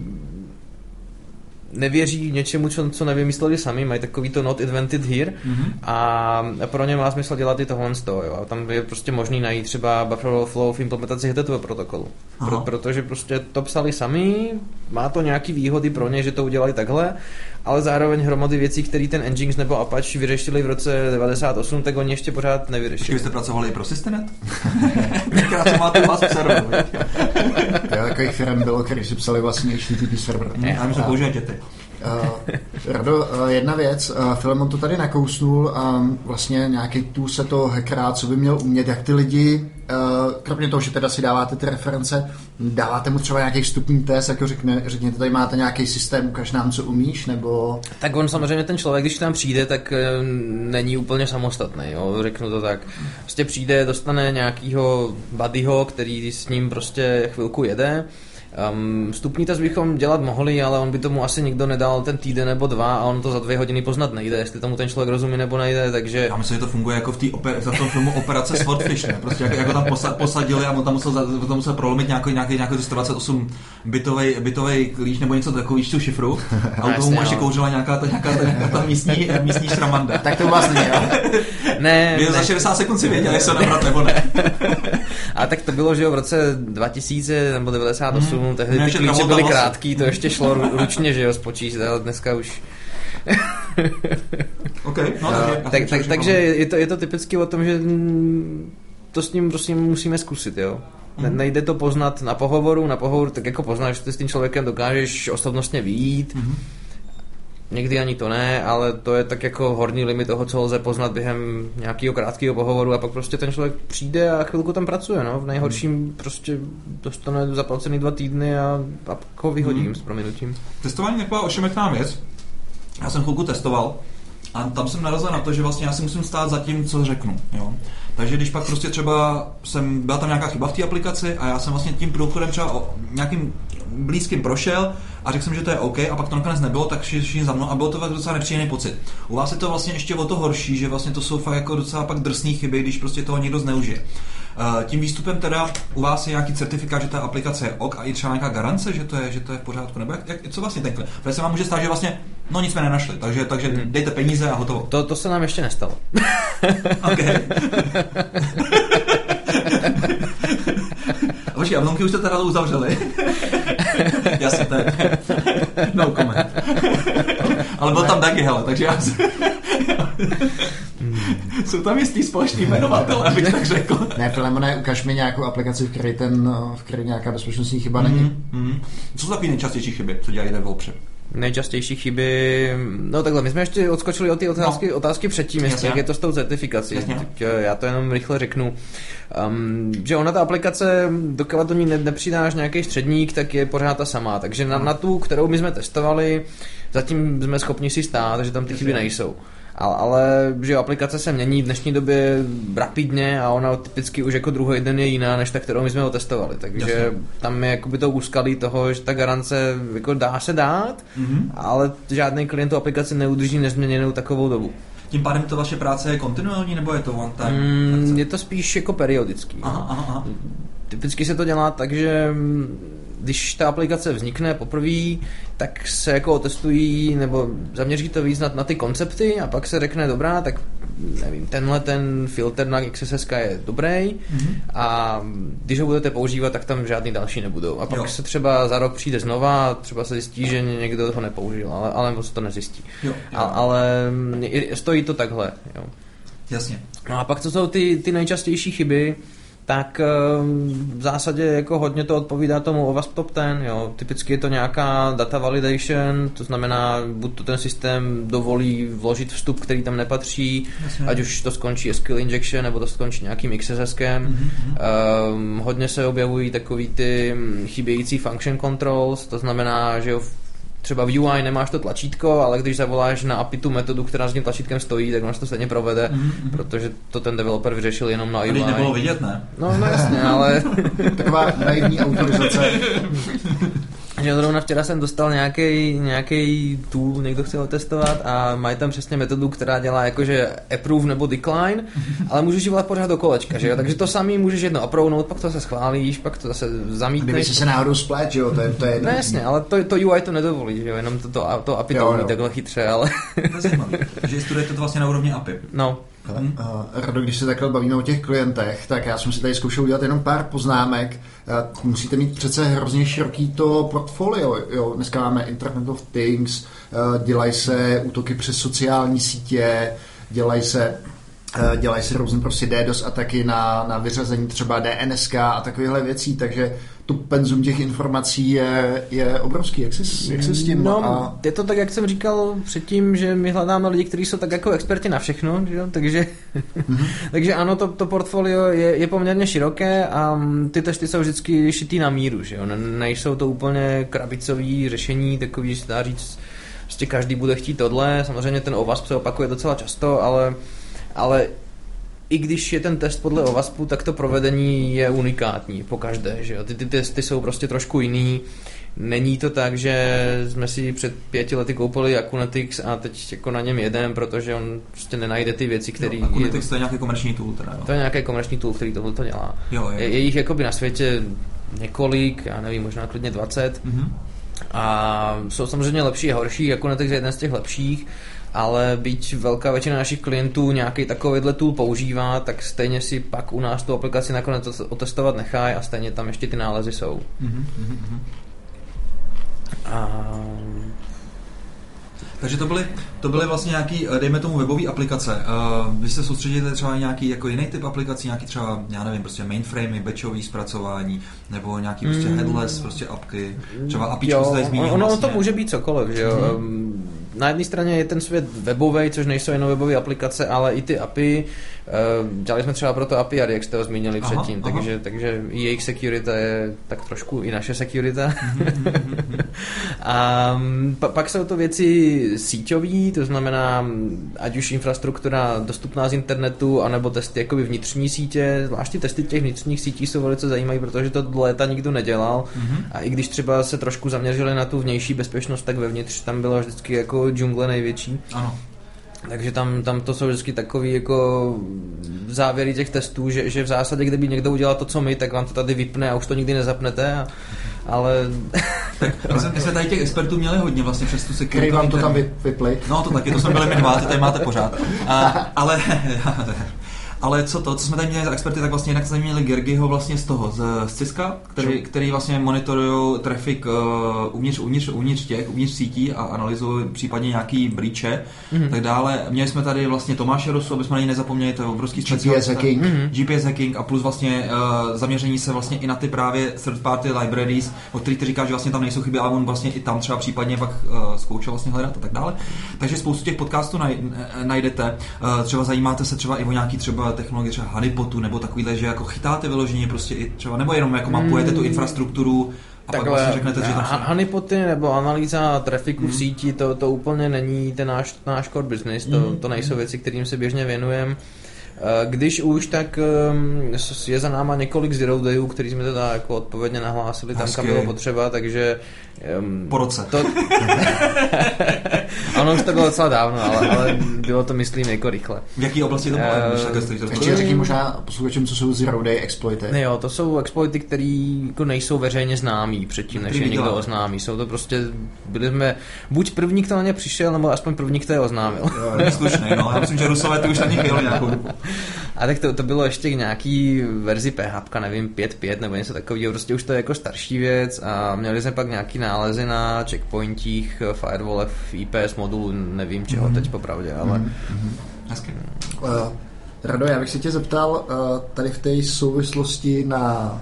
nevěří něčemu, co nevymysleli sami, mají takový to not invented here, a pro ně má smysl dělat i tohle z toho, jo. A tam je prostě možný najít třeba buffer overflow v implementaci HTTP protokolu. Protože prostě to psali sami, má to nějaký výhody pro ně, že to udělali takhle, ale zároveň hromady věcí, které ten Nginx nebo Apache vyřešili v roce 98, tak oni ještě pořád nevyřešili. Vy jste pracovali i pro Systenet? Tenkrát máte vás v serveru. Takových firm bylo, který si psali vlastně HTTP server. A my jsme používali ty. Rado, jedna věc, Filemon to tady nakousnul a vlastně nějaký tu se to hackera, co by měl umět, jak ty lidi, kromě toho, že teda si dáváte ty reference, dáváte mu třeba nějaký vstupní test, jako řekněte, tady máte nějaký systém, ukaž nám, co umíš, nebo... Tak on samozřejmě, ten člověk, když tam přijde, tak není úplně samostatný, jo, řeknu to tak. Prostě přijde, dostane nějakýho buddyho, který s ním prostě chvilku jede, Vstupní test bychom dělat mohli, ale on by tomu asi nikdo nedal ten týden nebo 2 a on to za 2 hodiny poznat nejde, jestli tomu ten člověk rozumí nebo nejde, takže... Já myslím, že to funguje jako v tom filmu Operace Swordfish, ne? Prostě jako tam posadili a on tam musel prolomit nějaký 128 bitovej klíč nebo něco takový tu šifru a u toho mu ještě kouřila nějaká ta místní šramanda. Tak to vlastně, jo? Ne. Za 60 sekund si věděl, jestli to nabrat nebo ne. A tak to bylo, že v roce 2000 nebo 98, tehdy ty klíče byly krátký, to ještě šlo ručně, že jo, spočíst, ale dneska už... Okay, no, takže je to typicky o tom, že to s ním prostě musíme zkusit, jo. Nejde to poznat na pohovoru, tak jako poznáš, že ty s tím člověkem dokážeš osobnostně vyjít, někdy ani to ne, ale to je tak jako horní limit toho, co lze poznat během nějakého krátkého pohovoru a pak prostě ten člověk přijde a chvilku tam pracuje, no. V nejhorším prostě dostane zaplacený 2 týdny a ho vyhodím s prominutím. Testování je taková ošemetná věc. Já jsem chvilku testoval a tam jsem narazil na to, že vlastně já si musím stát za tím, co řeknu, jo. Takže když pak prostě třeba byla tam nějaká chyba v té aplikaci a já jsem vlastně tím průchodem třeba nějakým blízkým prošel a řekl jsem, že to je OK a pak to nakonec nebylo, tak všichni za mnou a bylo to docela nepříjemný pocit. U vás je to vlastně ještě o to horší, že vlastně to jsou fakt jako docela pak drsný chyby, když prostě toho někdo zneužije. Tím výstupem teda u vás je nějaký certifikát, že ta aplikace je OK a i třeba nějaká garance, že to je v pořádku, nebo co vlastně tenhle? Protože se vám může stát, že vlastně nic jsme nenašli, takže dejte peníze a hotovo. To se nám ještě nestalo. Okay. Počkej, a vlomky už jste teda uzavřeli. Jasně, to je no comment. Ale byl tam taky, hele, takže já jsou tam jistý společný jmenovatel, abych tak řekl. Ne, Filemone, ukaž mi nějakou aplikaci, v které nějaká bezpečnostní chyba není. Co jsou takové nejčastější chyby, co dělají DevOpsi? Nejčastější chyby, no takhle, my jsme ještě odskočili od té otázky předtím, jak je to s tou certifikací. Já to jenom rychle řeknu. Že ona ta aplikace, dokud do ní nepřidáš nějaký středník, tak je pořád ta samá. Takže na tu, kterou my jsme testovali, zatím jsme schopni si stát, že tam ty chyby nejsou. Ale že aplikace se mění v dnešní době rapidně a ona typicky už jako druhý den je jiná, než ta, kterou my jsme ho testovali. Takže tam je jakoby to úskalí toho, že ta garance jako dá se dát, ale žádný klient tu aplikaci neudrží nezměněnou takovou dobu. Tím pádem to vaše práce je kontinuální, nebo je to one time? Je to spíš jako periodický. Aha. Typicky se to dělá tak, že když ta aplikace vznikne poprvé, tak se jako otestují nebo zaměří to víc na ty koncepty a pak se řekne dobrá, tak nevím, ten filter na XSS je dobrý a když ho budete používat, tak tam žádný další nebudou. A pak se třeba za rok přijde znova a třeba se zjistí, že někdo ho nepoužil, ale se to nezjistí. Ale stojí to takhle. Jo. Jasně. No a pak co jsou ty nejčastější chyby, tak v zásadě jako hodně to odpovídá tomu OWASP Top 10, jo. Typicky je to nějaká data validation, to znamená, buď to ten systém dovolí vložit vstup, který tam nepatří, ať už to skončí SQL injection, nebo to skončí nějakým XSSkem. Hodně se objevují takový ty chybějící function controls, to znamená, že třeba v UI nemáš to tlačítko, ale když zavoláš na API tu metodu, která s tím tlačítkem stojí, tak ona se to stejně provede, protože to ten developer vyřešil jenom na UI. Když nebylo vidět, ne? No jasně, ale... Taková naivní autorizace. Že zrovna včera jsem dostal nějaký tool, někdo chce ho testovat a mají tam přesně metodu, která dělá jakože approve nebo decline, ale můžeš ji volat pořád do kolečka, že jo? Takže to samý můžeš jedno approvenout, pak to se schválíš, pak to zase zamítneš. Kdyby si se náhodou splet, že jo? To je no jasně, ale to UI to nedovolí, že jo? Jenom to API to umí takhle chytře, ale... To je zajímavé, že studujete to vlastně na úrovni API. No. Rado, když se takhle bavíme o těch klientech, tak já jsem si tady zkoušel udělat jenom pár poznámek. Musíte mít přece hrozně široký to portfolio. Jo? Dneska máme Internet of Things, dělají se útoky přes sociální sítě, dělají se různé prostě DDoS ataky na vyřazení třeba DNSK a takovéhle věcí, takže tu penzum těch informací je obrovský. Jak jsi s tím? No, je to tak, jak jsem říkal předtím, že my hledáme lidi, kteří jsou tak jako experti na všechno, že? Takže ano, to portfolio je poměrně široké a ty testy jsou vždycky šitý na míru, že jo? Nejsou to úplně krabicový řešení, takový, že se dá říct, prostě každý bude chtít tohle, samozřejmě ten OWASP se opakuje docela často, ale i když je ten test podle OWASPu, tak to provedení je unikátní po každé, že jo? Ty testy jsou prostě trošku jiný. Není to tak, že jsme si před 5 lety koupili Akunetix a teď jako na něm jedem, protože on prostě nenajde ty věci, které... No, Akunetix to je nějaký komerční tool teda, jo? To je nějaký komerční tool, který tohle to dělá. Jo. Je jich jakoby na světě několik, já nevím, možná klidně 20. Mm-hmm. A jsou samozřejmě lepší a horší, Akunetix je jeden z těch lepších, ale byť velká většina našich klientů nějaký takovýhle tool používá, tak stejně si pak u nás tu aplikaci nakonec otestovat nechají a stejně tam ještě ty nálezy jsou. Mm-hmm. Takže to byly vlastně nějaký, dejme tomu, webové aplikace. Vy se soustředíte třeba nějaký jako jiný typ aplikací, nějaký třeba, já nevím, prostě mainframey, batchový zpracování, nebo nějaký prostě headless, prostě apky, třeba APIčko se tady zmínil. Ono vlastně. to může být cokoliv, že jo. Na jedné straně je ten svět webový, což nejsou jen webové aplikace, ale i ty API. Dělali jsme třeba pro to API, jak jste ho zmínili předtím, takže jejich security je tak trošku i naše security. A pak jsou to věci síťové, to znamená ať už infrastruktura dostupná z internetu, anebo testy jakoby vnitřní sítě. Zvláště testy těch vnitřních sítí jsou velice zajímavé, protože to do léta nikdo nedělal. A i když třeba se trošku zaměřili na tu vnější bezpečnost, tak vevnitř tam bylo vždycky jako džungle největší. Ano. Takže tam to jsou vždycky takový jako závěry těch testů, že v zásadě, kdyby někdo udělal to, co my, tak vám to tady vypne a už to nikdy nezapnete, ale... Tak my jsme tady těch expertů měli hodně vlastně přes tu security. Který vám to tam vypli? No to taky, to jsme byli my dva, to tady máte pořád. Ale co jsme tady měli za experty, tak vlastně jinak jsme měli Gergiho vlastně z toho, z Cisca, který vlastně monitorují trafik uvnitř sítí a analyzují případně nějaký breache, tak dále. Měli jsme tady vlastně Tomáše Rosu, aby jsme na něj nezapomněli, to je obrovský specialista. GPS hacking a plus vlastně zaměření se vlastně i na ty právě third party libraries, o kterých ty říkáš, že vlastně tam nejsou chyby, ale on vlastně i tam třeba případně pak zkoušel vlastně hledat a tak dále. Takže spoustu těch podcastů najdete. Třeba zajímáte se třeba i o nějaký třeba technologie třeba honeypotu nebo takovýhle, že jako chytáte vyloženě prostě i třeba, nebo jenom jako mapujete tu infrastrukturu a pak vlastně řeknete, že tam honeypoty nebo analýza trafiku v síti, to úplně není ten náš core business, to nejsou věci, kterým se běžně věnujeme. Když už, tak je za náma několik zero dayů, který jsme teda jako odpovědně nahlásili tam, kam bylo potřeba, takže... po roce. Ono už to bylo docela dávno, ale bylo to, myslím, jako rychle. V jaký oblasti to bylo? Ještě řekni možná posluchačům, co jsou zero day exploity. Ne jo, to jsou exploity, které jako nejsou veřejně známý předtím, než je někdo oznámí. Jsou to prostě, byli jsme buď první, kdo na ně přišel, nebo aspoň první, kdo je oznámil. Jo, slušný, no. Já myslím, že Rusové ty už na nich jeli nějakou. A tak to bylo ještě k nějaký verzi PHP, nevím, 5.5 nebo něco takového, prostě už to je jako starší věc a měli jsme pak nějaký nálezy na checkpointích, firewallech, IPS modulu, nevím čeho teď popravdě, ale... Hezky. Rado, já bych se tě zeptal tady v té souvislosti na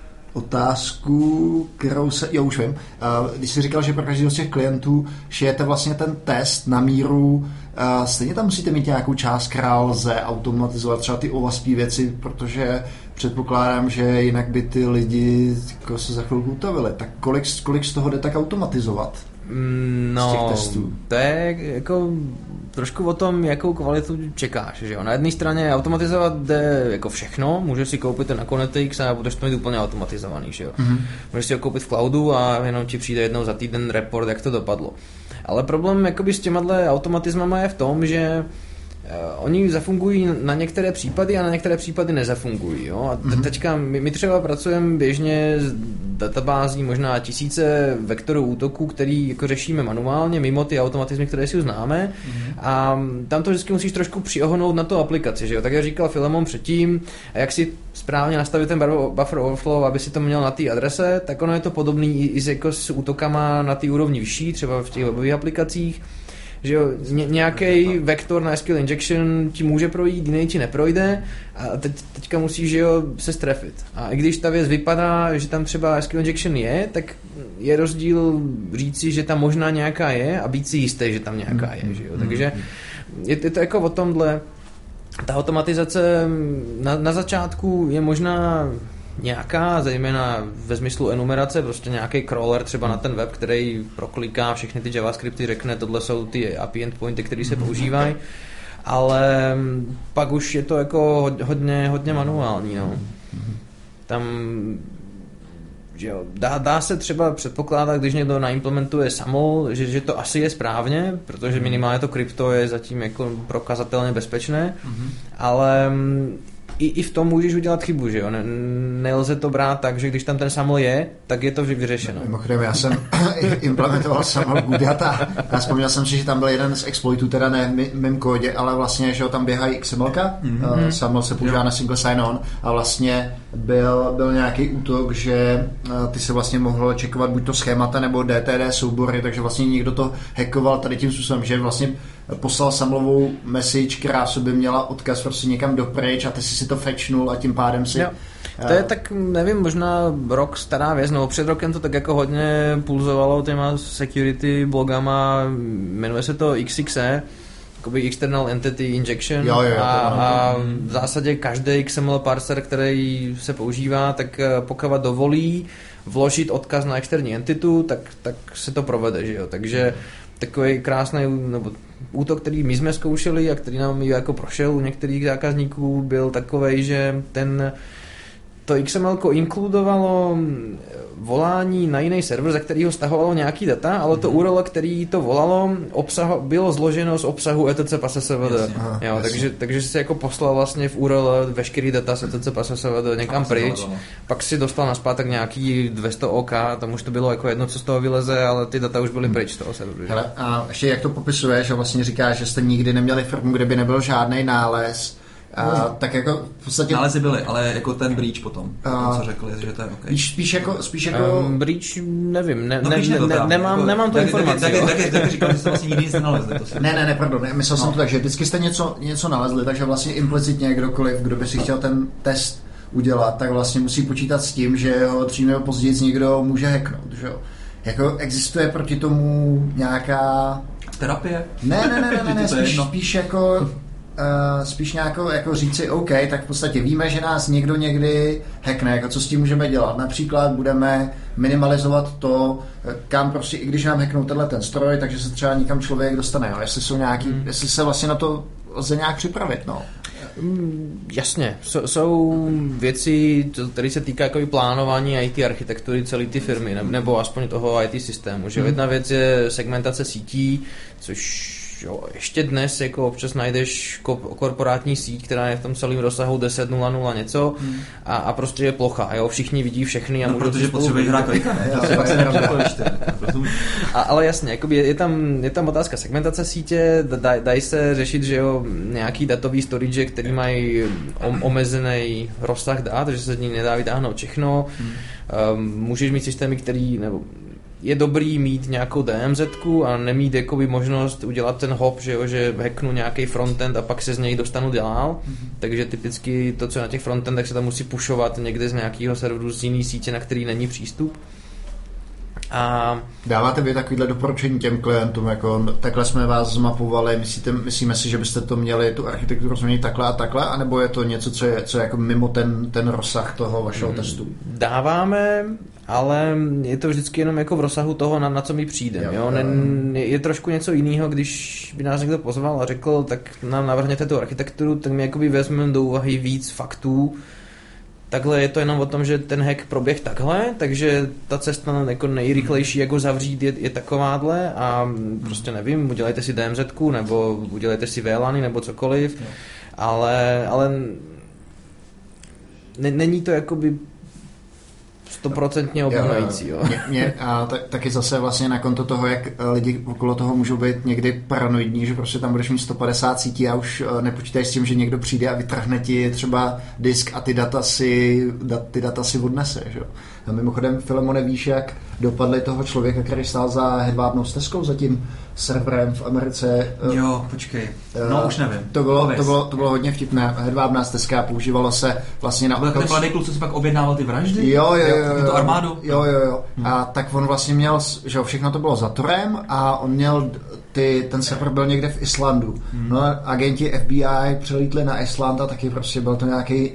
otázku, kterou se... Jo, už vím. Když jsi říkal, že pro každého z těch klientů šijete vlastně ten test na míru, stejně tam musíte mít nějakou část, která lze automatizovat třeba ty OWASP věci, protože předpokládám, že jinak by ty lidi jako se za chvilku utavili. Tak kolik z toho jde tak automatizovat? Z těch testů? To je jako trošku o tom, jakou kvalitu čekáš, že jo. Na jedné straně automatizovat jde jako všechno, můžeš si koupit ten Akunetix a budeš to mít úplně automatizovaný, že jo. Můžeš si ho koupit v cloudu a jenom ti přijde jednou za týden report, jak to dopadlo. Ale problém jakoby s těmahle automatizmama je v tom, že oni zafungují na některé případy a na některé případy nezafungují. Jo? A teďka my třeba pracujeme běžně s databází možná tisíce vektorů útoků, který jako řešíme manuálně mimo ty automatizmy, které si uznáme. A tam to vždycky musíš trošku přiohnout na tu aplikaci. Že jo? Tak jak říkal Filemon předtím, a jak si správně nastavit ten buffer overflow, aby si to měl na té adrese, tak ono je to podobný i jako s útokama na té úrovni vyšší, třeba v těch webových aplikacích. Že jo, nějaký vektor na SQL injection ti může projít, jiný ti neprojde a teďka musíš, že jo, se strefit. A i když ta věc vypadá, že tam třeba SQL injection je, tak je rozdíl říci, že tam možná nějaká je a být si jistý, že tam nějaká je. Že jo? Takže je to jako o tomhle. Ta automatizace na začátku je možná nějaká, zejména ve smyslu enumerace, prostě nějaký crawler třeba na ten web, který prokliká všechny ty JavaScripty, řekne, tohle jsou ty API endpointy, které se používají. ale pak už je to jako hodně manuální, no. Tam že jo, dá se třeba předpokládat, když někdo naimplementuje SAML, že to asi je správně, protože minimálně to krypto je zatím jako prokazatelně bezpečné, ale i v tom můžeš udělat chybu, že jo? Nelze to brát tak, že když tam ten SAML je, tak je to vyřešeno. Mimochodem, já jsem implementoval SAML Goodhat a vzpomněl jsem si, že tam byl jeden z exploitů, teda ne v mém kódě, ale vlastně, že tam běhají XMLka, SAML se používá na single sign-on a vlastně byl nějaký útok, že ty se vlastně mohl čekovat buď to schémata nebo DTD soubory, takže vlastně někdo to hackoval tady tím způsobem, že vlastně poslal SAMLovou message, která v sobě měla odkaz prostě někam dopryč a ty si to fetchnul a tím pádem si... Jo. To je tak, nevím, možná rok stará věc, nebo před rokem to tak jako hodně pulzovalo těma security blogama, jmenuje se to XXE, jakoby External Entity Injection a v zásadě každý XML parser, který se používá, tak pokud dovolí vložit odkaz na externí entitu, tak se to provede, že jo, takže takový krásný nebo útok, který my jsme zkoušeli a který nám jako prošel u některých zákazníků, byl takovej, že to XML inkludovalo volání na jiný server, ze kterého stahovalo nějaký data, ale to URL, který to volalo, bylo zloženo z obsahu etc passwd. Takže si jako poslal vlastně v URL veškerý data z etc passwd někam pryč, pak si dostal naspátek nějaký 200 OK, tam už to bylo jako jedno, co z toho vyleze, ale ty data už byly pryč z toho serveru. Hele, a ještě jak to popisuješ, že vlastně říkáš, že jste nikdy neměli firmu, kde by nebyl žádný nález. Tak jako v podstatě... Nálezy byly, ale jako ten breach potom, co řekli, že to je OK. Spíš jako... breach, nevím, nemám tu informaci. Tak říkal, že jste vlastně nikdy nic nenalezli. Ne, pardon, myslel jsem to tak, že vždycky jste něco nalezli, takže vlastně implicitně kdokoliv, kdo by si chtěl ten test udělat, tak vlastně musí počítat s tím, že ho dřív nebo později někdo může hacknout, že jo. Jako existuje proti tomu nějaká... Terapie? Ne, spíš jako... spíš nějakou jako říci OK, tak v podstatě víme, že nás někdo někdy hackne, jako co s tím můžeme dělat. Například budeme minimalizovat to, kam prostě, i když nám hacknou ten stroj, takže se třeba nikam člověk dostane, jo? Jestli se vlastně na to lze nějak připravit, no. Jasně, jsou věci, které se týká jako plánování IT architektury celé ty firmy, nebo aspoň toho IT systému. Že? Jedna věc je segmentace sítí, což jo, ještě dnes jako občas najdeš korporátní síť, která je v tom celém rozsahu 10.0.0 něco a prostě je plocha, jo, všichni vidí všechny a můžou protože potřebují hrát klika, ale jasně, jakoby je tam otázka segmentace sítě, dají se řešit, že jo, nějaký datový storage, který mají omezený rozsah dat, že se z ní nedá vytáhnout všechno. Můžeš mít systémy, který nebo je dobrý mít nějakou DMZ-ku a nemít jakoby možnost udělat ten hop, že hacknu nějaký frontend a pak se z něj dostanu dál. Takže typicky to, co je na těch frontendech, se tam musí pushovat někde z nějakého serveru z jiný sítě, na který není přístup. A dáváte vy takovýhle doporučení těm klientům, jako takhle jsme vás zmapovali, myslíme si, že byste to měli tu architekturu změnit takhle a takhle, anebo je to něco, co je jako mimo ten rozsah toho vašeho testu? Dáváme, ale je to vždycky jenom jako v rozsahu toho, na co mi přijde. Jo? Je trošku něco jiného, když by nás někdo pozval a řekl, tak nám navrhněte tu architekturu, tak my jakoby vezmeme do úvahy víc faktů. Takhle je to jenom o tom, že ten hack proběh takhle, takže ta cesta jako nejrychlejší, jak ho zavřít, je takováhle a prostě nevím, udělejte si DMZ-ku nebo udělejte si VLANy nebo cokoliv, ale není to jakoby 100% objímající. A taky zase vlastně na konto toho, jak lidi okolo toho můžou být někdy paranoidní, že prostě tam budeš mít 150 sítí a už nepočítáš s tím, že někdo přijde a vytrhne ti třeba disk a ty data si odnese. Že? A mimochodem, Filemone, víš, jak dopadli toho člověka, který stál za hedvábnou stezkou, za tím serverem v Americe? Jo, počkej. No, už nevím. To bylo hodně vtipné. Hedvábná stezka, používalo se vlastně na... Byl ten mladý kluk, co si pak objednával ty vraždy? Jo. Tu armádu? Jo. A tak on vlastně měl, že všechno to bylo za Torem a on měl ten server byl někde v Islandu. No a agenti FBI přelítli na Island a taky prostě byl to nějaký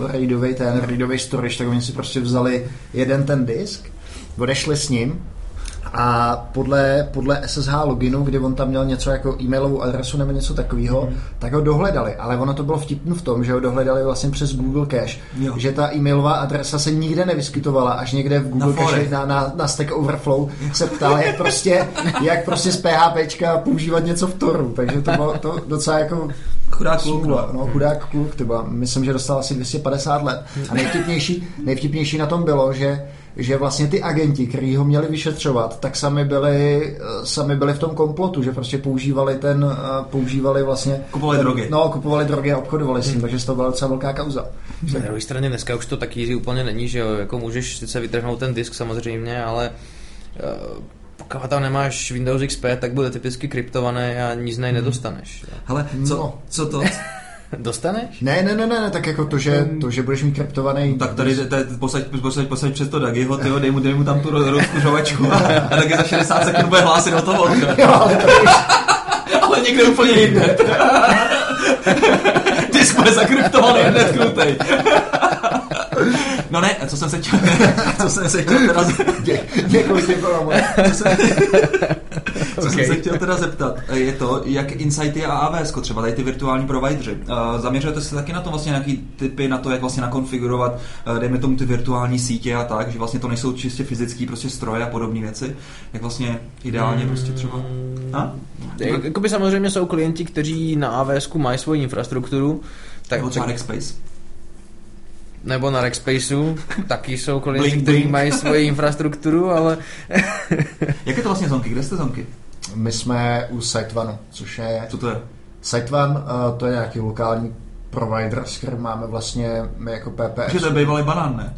raidový storage, tak oni si prostě vzali jeden ten disk, odešli s ním A podle SSH loginu, kdy on tam měl něco jako e-mailovou adresu nebo něco takového, tak ho dohledali. Ale ono to bylo vtipné v tom, že ho dohledali vlastně přes Google Cache. Jo. Že ta e-mailová adresa se nikde nevyskytovala, až někde v Google Cache na Stack Overflow se ptal, jak prostě z PHPčka používat něco v Toru. Takže to bylo to docela jako chudák kluk. Chudák kluk, tyba. Myslím, že dostal asi 250 let. A nejvtipnější na tom bylo, že vlastně ty agenti, kteří ho měli vyšetřovat, tak sami byli v tom komplotu, že prostě používali vlastně... Kupovali drogy a obchodovali s tím, takže to byla docela velká kauza. Na druhé straně dneska už to tak easy úplně není, že jo, jako můžeš sice vytrhnout ten disk samozřejmě, ale pokud tam nemáš Windows XP, tak bude typicky kryptované a nic z něj nedostaneš. Jo. Hele, co to... Dostaneš? Ne, tak jako to, že budeš mít kryptovaný... Tak tady posaď přes to Dagiho, tyjo, dej mu tam tu rozkuřovačku a Dagi za 60 sekund bude hlásit o toho. Ale někde úplně jinde. Disk bude zakryptovaný, hned krutej. No ne, co jsem se chtěl teda Co jsem se chtěl teda zeptat, je to, jak Insighty a AWS, třeba tady ty virtuální provideři. Zaměřujete se taky na to vlastně nějaký typy na to, jak vlastně nakonfigurovat, dejme tomu ty virtuální sítě a tak, že vlastně to nejsou čistě fyzický prostě stroje a podobné věci, jak vlastně ideálně prostě třeba... Jakoby samozřejmě jsou klienti, kteří na AWSku mají svoji infrastrukturu. Nebo třeba Rackspace. Nebo na Rackspaceu, taky jsou klienti, kteří mají svoji infrastrukturu, ale... Jak je to vlastně Zonky? Kde jste Zonky? My jsme u SiteOne, což je... Co to je? SiteOne, to je nějaký lokální provider, s kterým máme vlastně my jako PPS. Že to je bývalý banán, ne?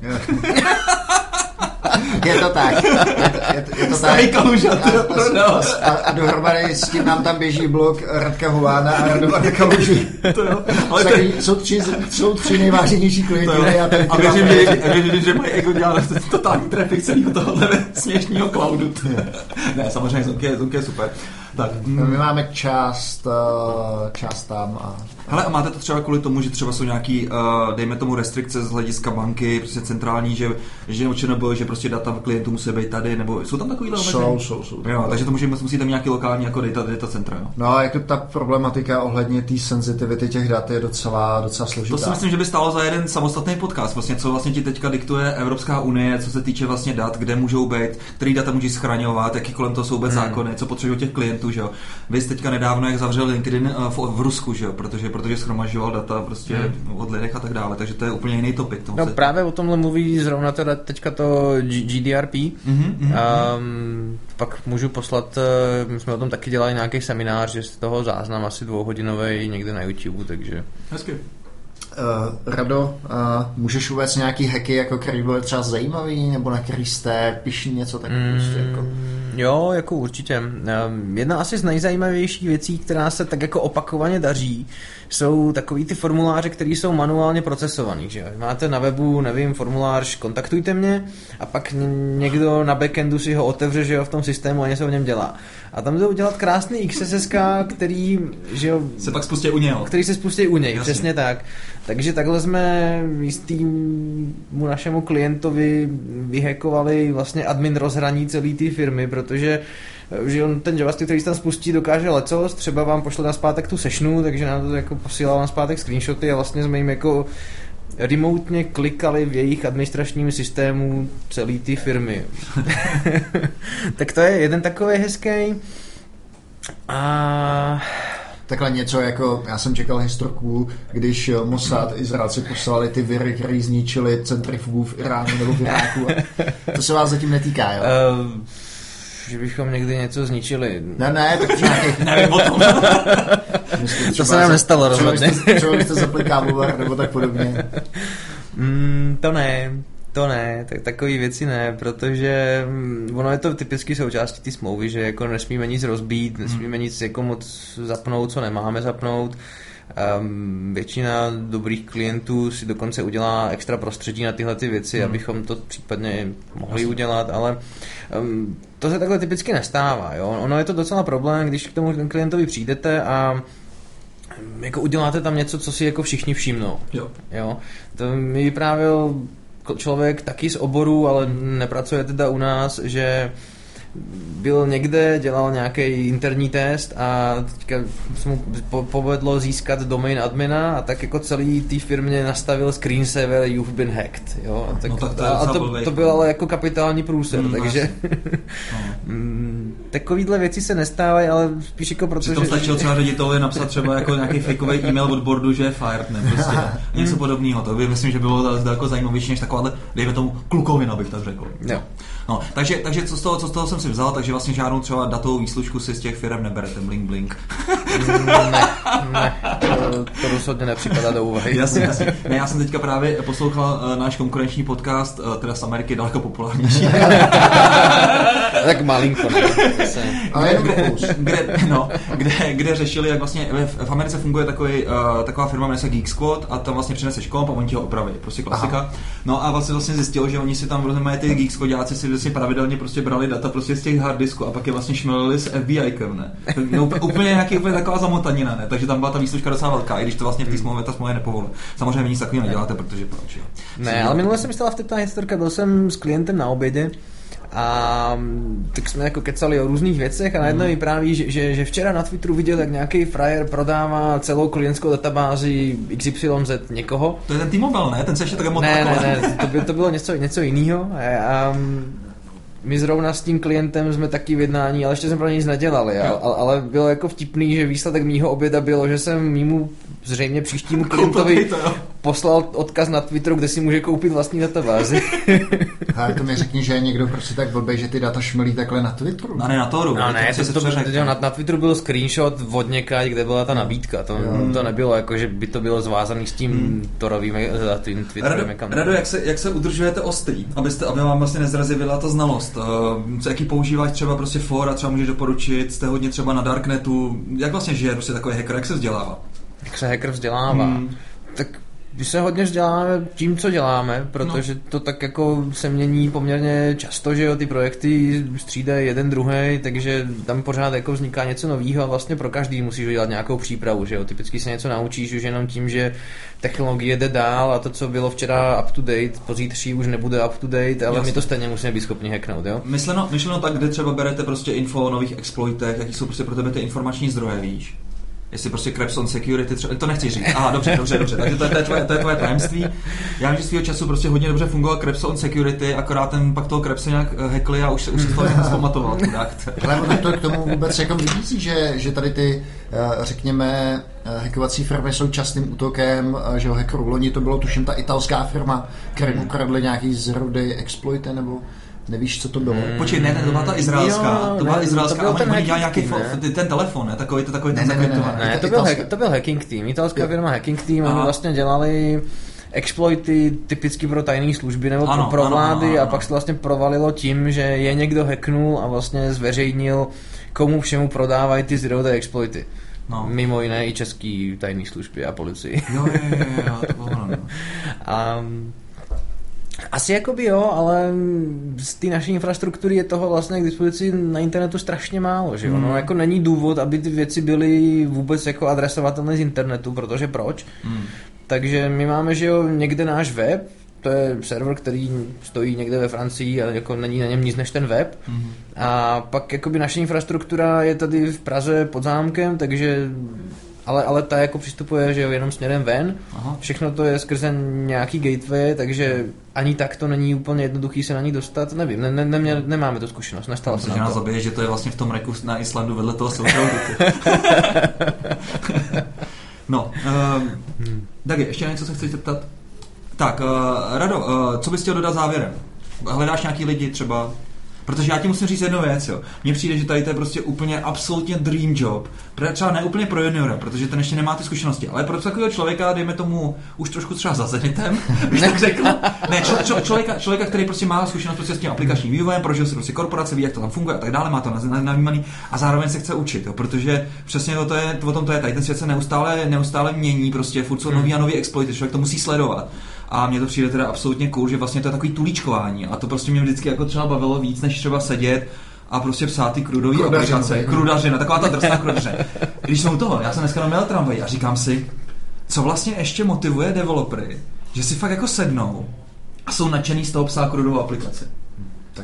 Je to tak. Je to tak. A dohromady s tím nám tam běží blok Radka Hována a Radovana Kaluži. Jsou tři nejváženější klienti. A věřím, že mají ego dělat totální trafik celého tohohle směšného cloudu. Ne, samozřejmě Zonky je super. Tak. My máme část tam a... Hele, a máte to třeba kvůli tomu, že třeba jsou nějaký, dejme tomu restrikce z hlediska banky, prostě centrální, že určitě bylo, že prostě data klientů musí být tady, nebo jsou tam takovýhle omezení? Jsou. Jo, takže to musíte mít nějaký lokální jako data centra, jo? No, jako ta problematika ohledně té sensitivity těch dat je docela složitá. To si myslím, že by stálo za jeden samostatný podcast, vlastně, co vlastně ti teďka diktuje Evropská unie, co se týče vlastně dat, kde můžou být, který data můžeš schraňovat, jaký kolem toho jsou vůbec zákony, co potřebují těch klientů, že jo? Vy jste teďka nedávno, jak zavřel LinkedIn v Rusku, že jo? Protože shromažďoval data prostě od lidech a tak dále, takže to je úplně jiný topik. No právě o tomhle mluví zrovna teda teďka to GDRP. Pak můžu poslat, my jsme o tom taky dělali nějaký seminář, že z toho záznam asi 2hodinový někde na YouTube, takže... Hezky. Rado, můžeš uvést nějaký hacky, jako který byl třeba zajímavý, nebo na který jste pišní něco tak prostě jako... Jo, jako určitě. Jedna asi z nejzajímavějších věcí, která se tak jako opakovaně daří, jsou takový ty formuláře, které jsou manuálně procesovaný. Že? Máte na webu, nevím, formulář kontaktujte mě a pak někdo na backendu si ho otevře, že jo, v tom systému a něco v něm dělá. A tam jdou dělat krásný XSSK, který, že jo, se pak spustí u něho. Který se spustí u něj, jasně. Přesně tak. Takže takhle jsme jistýmu našemu klientovi vyhackovali vlastně admin rozhraní celé té firmy, protože že on ten JavaScript, který se tam spustí, dokáže lecos, třeba vám pošle naspátek tu sessionu, takže nám to jako posílal naspátek screenshoty a vlastně jsme jim jako remotně klikali v jejich administračním systému celé ty firmy. Tak to je jeden takový hezký. A... Takhle něco jako, já jsem čekal historku, když Mossad, Izraelci poslali ty viry, které zničili centrifugu v Iránu nebo v Iráku. To se vás zatím netýká, jo? Že bychom někdy něco zničili. Ne, tak nějaký... Nevím o tom. To se nám nestalo rozhodně. Třeba byste zapli kávovar nebo tak podobně. To ne, tak takový věci ne, protože ono je to typicky součástí ty smlouvy, že jako nesmíme nic rozbít, nesmíme nic jako moc zapnout, co nemáme zapnout. Většina dobrých klientů si dokonce udělá extra prostředí na tyhle ty věci, abychom to případně mohli udělat, ale to se takhle typicky nestává. Jo? Ono je to docela problém, když k tomu klientovi přijdete a jako uděláte tam něco, co si jako všichni všimnou. Jo? To mi vyprávěl člověk taky z oboru, ale nepracuje teda u nás, že byl někde, dělal nějaký interní test a teďka se mu povedlo získat domain admina a tak jako celý té firmě nastavil screensaver "You've been hacked", jo. A tak, to byl ale jako kapitální průser, takže takovýhle věci se nestávají, ale spíš jako protože... Přitom stačilo třeba řediteli napsat třeba jako nějaký fakeový e-mail od boardu, že je fired, ne, prostě něco podobného. To by myslím, že bylo daleko zajímavější než takováhle, dejme tomu klukovina, bych tak řekl. Jo. No, takže co z toho jsem si vzal, takže vlastně žádnou třeba datovou výslužku si z těch firm neberete, blink. Ne, to rozhodně nepřipadá do úvahy. Jasně. Ne, já jsem teďka právě poslouchal náš konkurenční podcast, teda z Ameriky daleko populárnější. Tak malinko, ne? Ale jenom kde řešili, jak vlastně v Americe funguje taková firma, jmenuje se Geek Squad a tam vlastně přineseš komp a oni ti ho opraví, prostě klasika. Aha. No a vlastně zjistilo, že oni si tam mají ty Geek Squadáci si vlastně pravidelně prostě brali data prostě z těch hard disků a pak je vlastně šmelili s FBIkem, ne? No, úplně taková zamotanina, ne? Takže tam byla ta výslužka docela velká, i když to vlastně v té smlouvě nepovoluje. Samozřejmě nic takového neděláte, protože proč, jo? Ne, ale minule jsem stala vtipná historka, byl jsem s klientem na obědě a tak jsme jako kecali o různých věcech a najednou vypráví, že včera na Twitteru viděl, jak nějaký frajer prodává celou klientskou databázi XYZ někoho. To je ten T-Mobile, ne? Ten se ještě také motal. Ne, to bylo něco jiného. A my zrovna s tím klientem jsme taky v jednání, ale ještě jsme pro nic nedělali, ale bylo jako vtipný, že výsledek mýho oběda bylo, že jsem mýmu zřejmě příštímu klientovi poslal odkaz na Twitteru, kde si může koupit vlastní databázi. Ale to mi řekni, že je někdo prostě tak blbej, že ty data šmelí takhle na Twitteru. No ne, na Toru. No ne, na Twitteru byl screenshot od někať, kde byla ta nabídka. To nebylo jako, že by to bylo zvázané s tím Torovým Twitterovým. Rado, jak se udržujete ostrý, aby vám vlastně nezrazila ta znalost? Jaký používáš třeba prostě fóra, třeba můžeš doporučit, jste hodně třeba na Darknetu, jak vlastně žije prostě takový hacker, jak se vzdělává? Jak se hacker vzdělává? Tak my se hodně vzděláme tím, co děláme, protože to tak jako se mění poměrně často, že jo, ty projekty střídají jeden druhý, takže tam pořád jako vzniká něco nového a vlastně pro každý musíš udělat nějakou přípravu, že jo, typicky se něco naučíš už jenom tím, že technologie jde dál a to, co bylo včera up to date, pozítří už nebude up to date, ale my to stejně musíme být schopni hacknout, jo. Myšleno tak, kde třeba berete prostě info o nových exploitech, jaký jsou prostě pro tebe ty informační zdroje, víš? Jestli prostě Krebs on Security, to nechci říct. Aha, dobře, takže to je tvoje tajemství. Já vím, že svýho času prostě hodně dobře fungoval Krebs on Security, akorát ten pak toho Krebse nějak hackli a už se z toho nějak zpamatoval. Ale to k tomu vůbec jako vybízí, že tady ty, řekněme, hackovací firmy jsou častým útokem, že o hackerů loni to bylo, tuším, ta italská firma, které ukradly nějaký zero day exploity, nebo nevíš, co to bylo. Počkej, ne, to byla ta izraelská. To byla izraelská, ale oni dělali nějaký ten telefon, ne? Takový Ne, to byl hacking team. Italská firma hacking team, oni vlastně dělali exploity typicky pro tajné služby nebo pro vlády a pak se vlastně provalilo tím, že je někdo hacknul a vlastně zveřejnil, komu všemu prodávají ty zero day exploity. No. Mimo jiné i český tajné služby a policii. Jo, to bylo ono. Asi jakoby jo, ale z té naší infrastruktury je toho vlastně k dispozici na internetu strašně málo, že jo? No jako není důvod, aby ty věci byly vůbec jako adresovatelné z internetu, protože proč? Takže my máme, že jo, někde náš web, to je server, který stojí někde ve Francii a jako není na něm nic než ten web. A pak jakoby naše infrastruktura je tady v Praze pod zámkem, takže ale ta jako přistupuje, že jo, jenom směrem ven. Aha. Všechno to je skrze nějaký gateway, takže ani tak to není úplně jednoduchý se na ní dostat. Nevím, nemáme tu zkušenost, nestalo se nám to. Nás zabije, že to je vlastně v tom reku na Islandu vedle toho soukromí. No, tak ještě něco se chci zeptat. Tak, Rado, co bys chtěl dodat závěrem? Hledáš nějaký lidi třeba? Protože já ti musím říct jednu věc, jo. Mně přijde, že tady to je prostě úplně absolutně dream job. Třeba ne úplně pro juniora, protože ten ještě nemá ty zkušenosti, ale pro takového člověka, dejme tomu už trošku třeba za zenitem, bych tak řekl. Ne, člověka, který prostě má zkušenost prostě s tím aplikačním vývojem, prožil si prostě korporace, ví, jak to tam funguje a tak dále, má to navnímaný a zároveň se chce učit, jo, protože přesně o tom to je, tady ten svět se neustále mění, prostě furt jsou nový a nový exploity, člověk to musí sledovat. A mně to přijde teda absolutně cool, že vlastně to je takový tulíčkování a to prostě mě vždycky jako třeba bavilo víc, než třeba sedět a prostě psát ty krudový aplikace, krudařina, taková ta drsná krudařina. Když jsem u toho, já jsem dneska měl tramvaj a říkám si, co vlastně ještě motivuje developery, že si fakt jako sednou a jsou nadšený z toho psát krudovou aplikaci. Tak.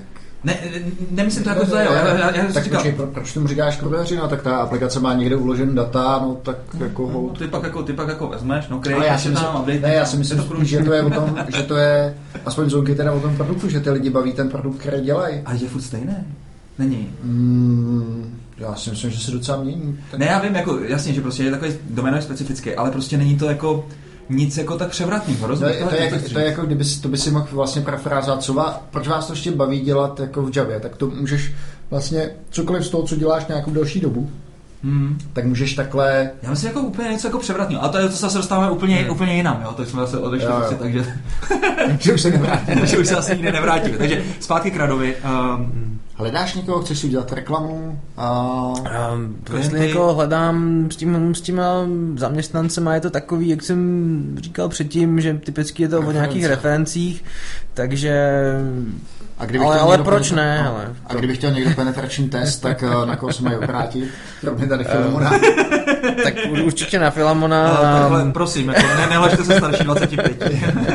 Nemyslím to jako to, jo. Já tak říkám. proč tomu říkáš kurveřina? Tak ta aplikace má někde uložen data, no tak jako... Ty pak jako vezmeš, no ale já si myslím, že to je o tom, že to je, aspoň Zonky teda o tom produktu, že ty lidi baví ten produkt, který dělají. Ale je furt stejné? Není. Já si myslím, že se docela mění. Tak... Ne, já vím, jako jasně, že prostě je takový doménově specifický, ale prostě není to jako nic jako tak převratného, rozumíš? To je jako, kdyby to by si mohl vlastně parafrázovat, proč vás to ještě baví dělat jako v Javě, tak to můžeš vlastně cokoliv z toho, co děláš nějakou delší dobu, tak můžeš takhle... Já myslím jako úplně něco jako převratného, a to je to se dostáváme úplně jinam, jo, tak jsme zase odešli prostě, takže... že už se nevrátíme. Že už se asi nikdy nevrátíme, takže zpátky k Radovi. Hledáš někoho, chceš si udělat reklamu? Jestli někoho hledám s těma zaměstnancema, je to takový, jak jsem říkal předtím, že typicky je to o nějakých referencích, takže... Ale proč ne? A kdybych chtěl někdo penetrační test, tak na koho se mají obrátit? Kromě tady Filamona. Tak určitě na Filamona. Takhle, prosím, jako nehlašte se starší 25.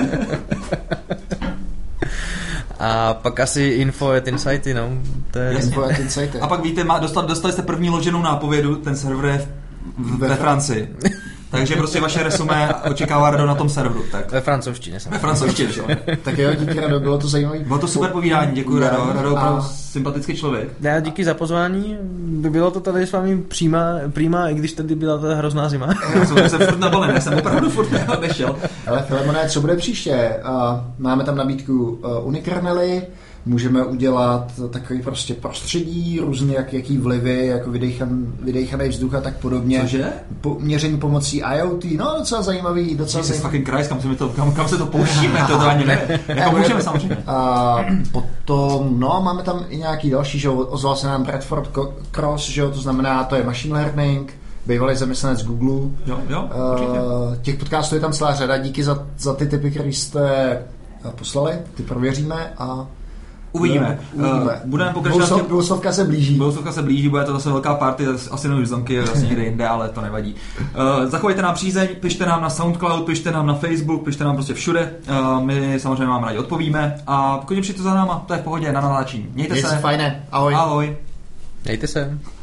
A pak asi info@insighty, no. To je info@insighty. A pak víte, dostali jste první loženou nápovědu, ten server je ve Francii. Takže prostě vaše resumé očekává Rado na tom serveru. Tak. Ve francouzštině. Ve francouzštině, jo. Tak jo, díky Rado, bylo to zajímavé. Bylo to super povídání, děkuji Rado. Rado je opravdu sympatický člověk. Já díky za pozvání. Bylo to tady s vámi prima, i když tady byla ta hrozná zima. Já jsem furt nabalený, já jsem opravdu furt odešel. Ale Filemone, co bude příště? Máme tam nabídku unikernely, můžeme udělat takový prostě prostředí, různý jaký vlivy, jako vydejchaný vzduch a tak podobně. Cože? Měření pomocí IoT, no docela zajímavý. Fucking Christ, kam se to pouštíme, to ani ne. Jako můžeme samozřejmě. A potom, máme tam i nějaký další, že ozval se nám Bradford Cross, že to znamená, to je machine learning, bývalý zaměstnanec Google. Jo, těch podcastů je tam celá řada, díky za ty tipy, které jste poslali, ty prověříme a Uvidíme. Budeme pokračovat. Bousovka se blíží. Bude to zase velká party, asi jenom Zonky, vlastně někde jinde, ale to nevadí. Zachovejte nám přízeň, pište nám na SoundCloud, pište nám na Facebook, pište nám prostě všude. My samozřejmě vám rádi odpovíme a pokud přijďte za náma, to je v pohodě, na natáčení. Mějte se. Fajné. Ahoj. Ahoj. Mějte se.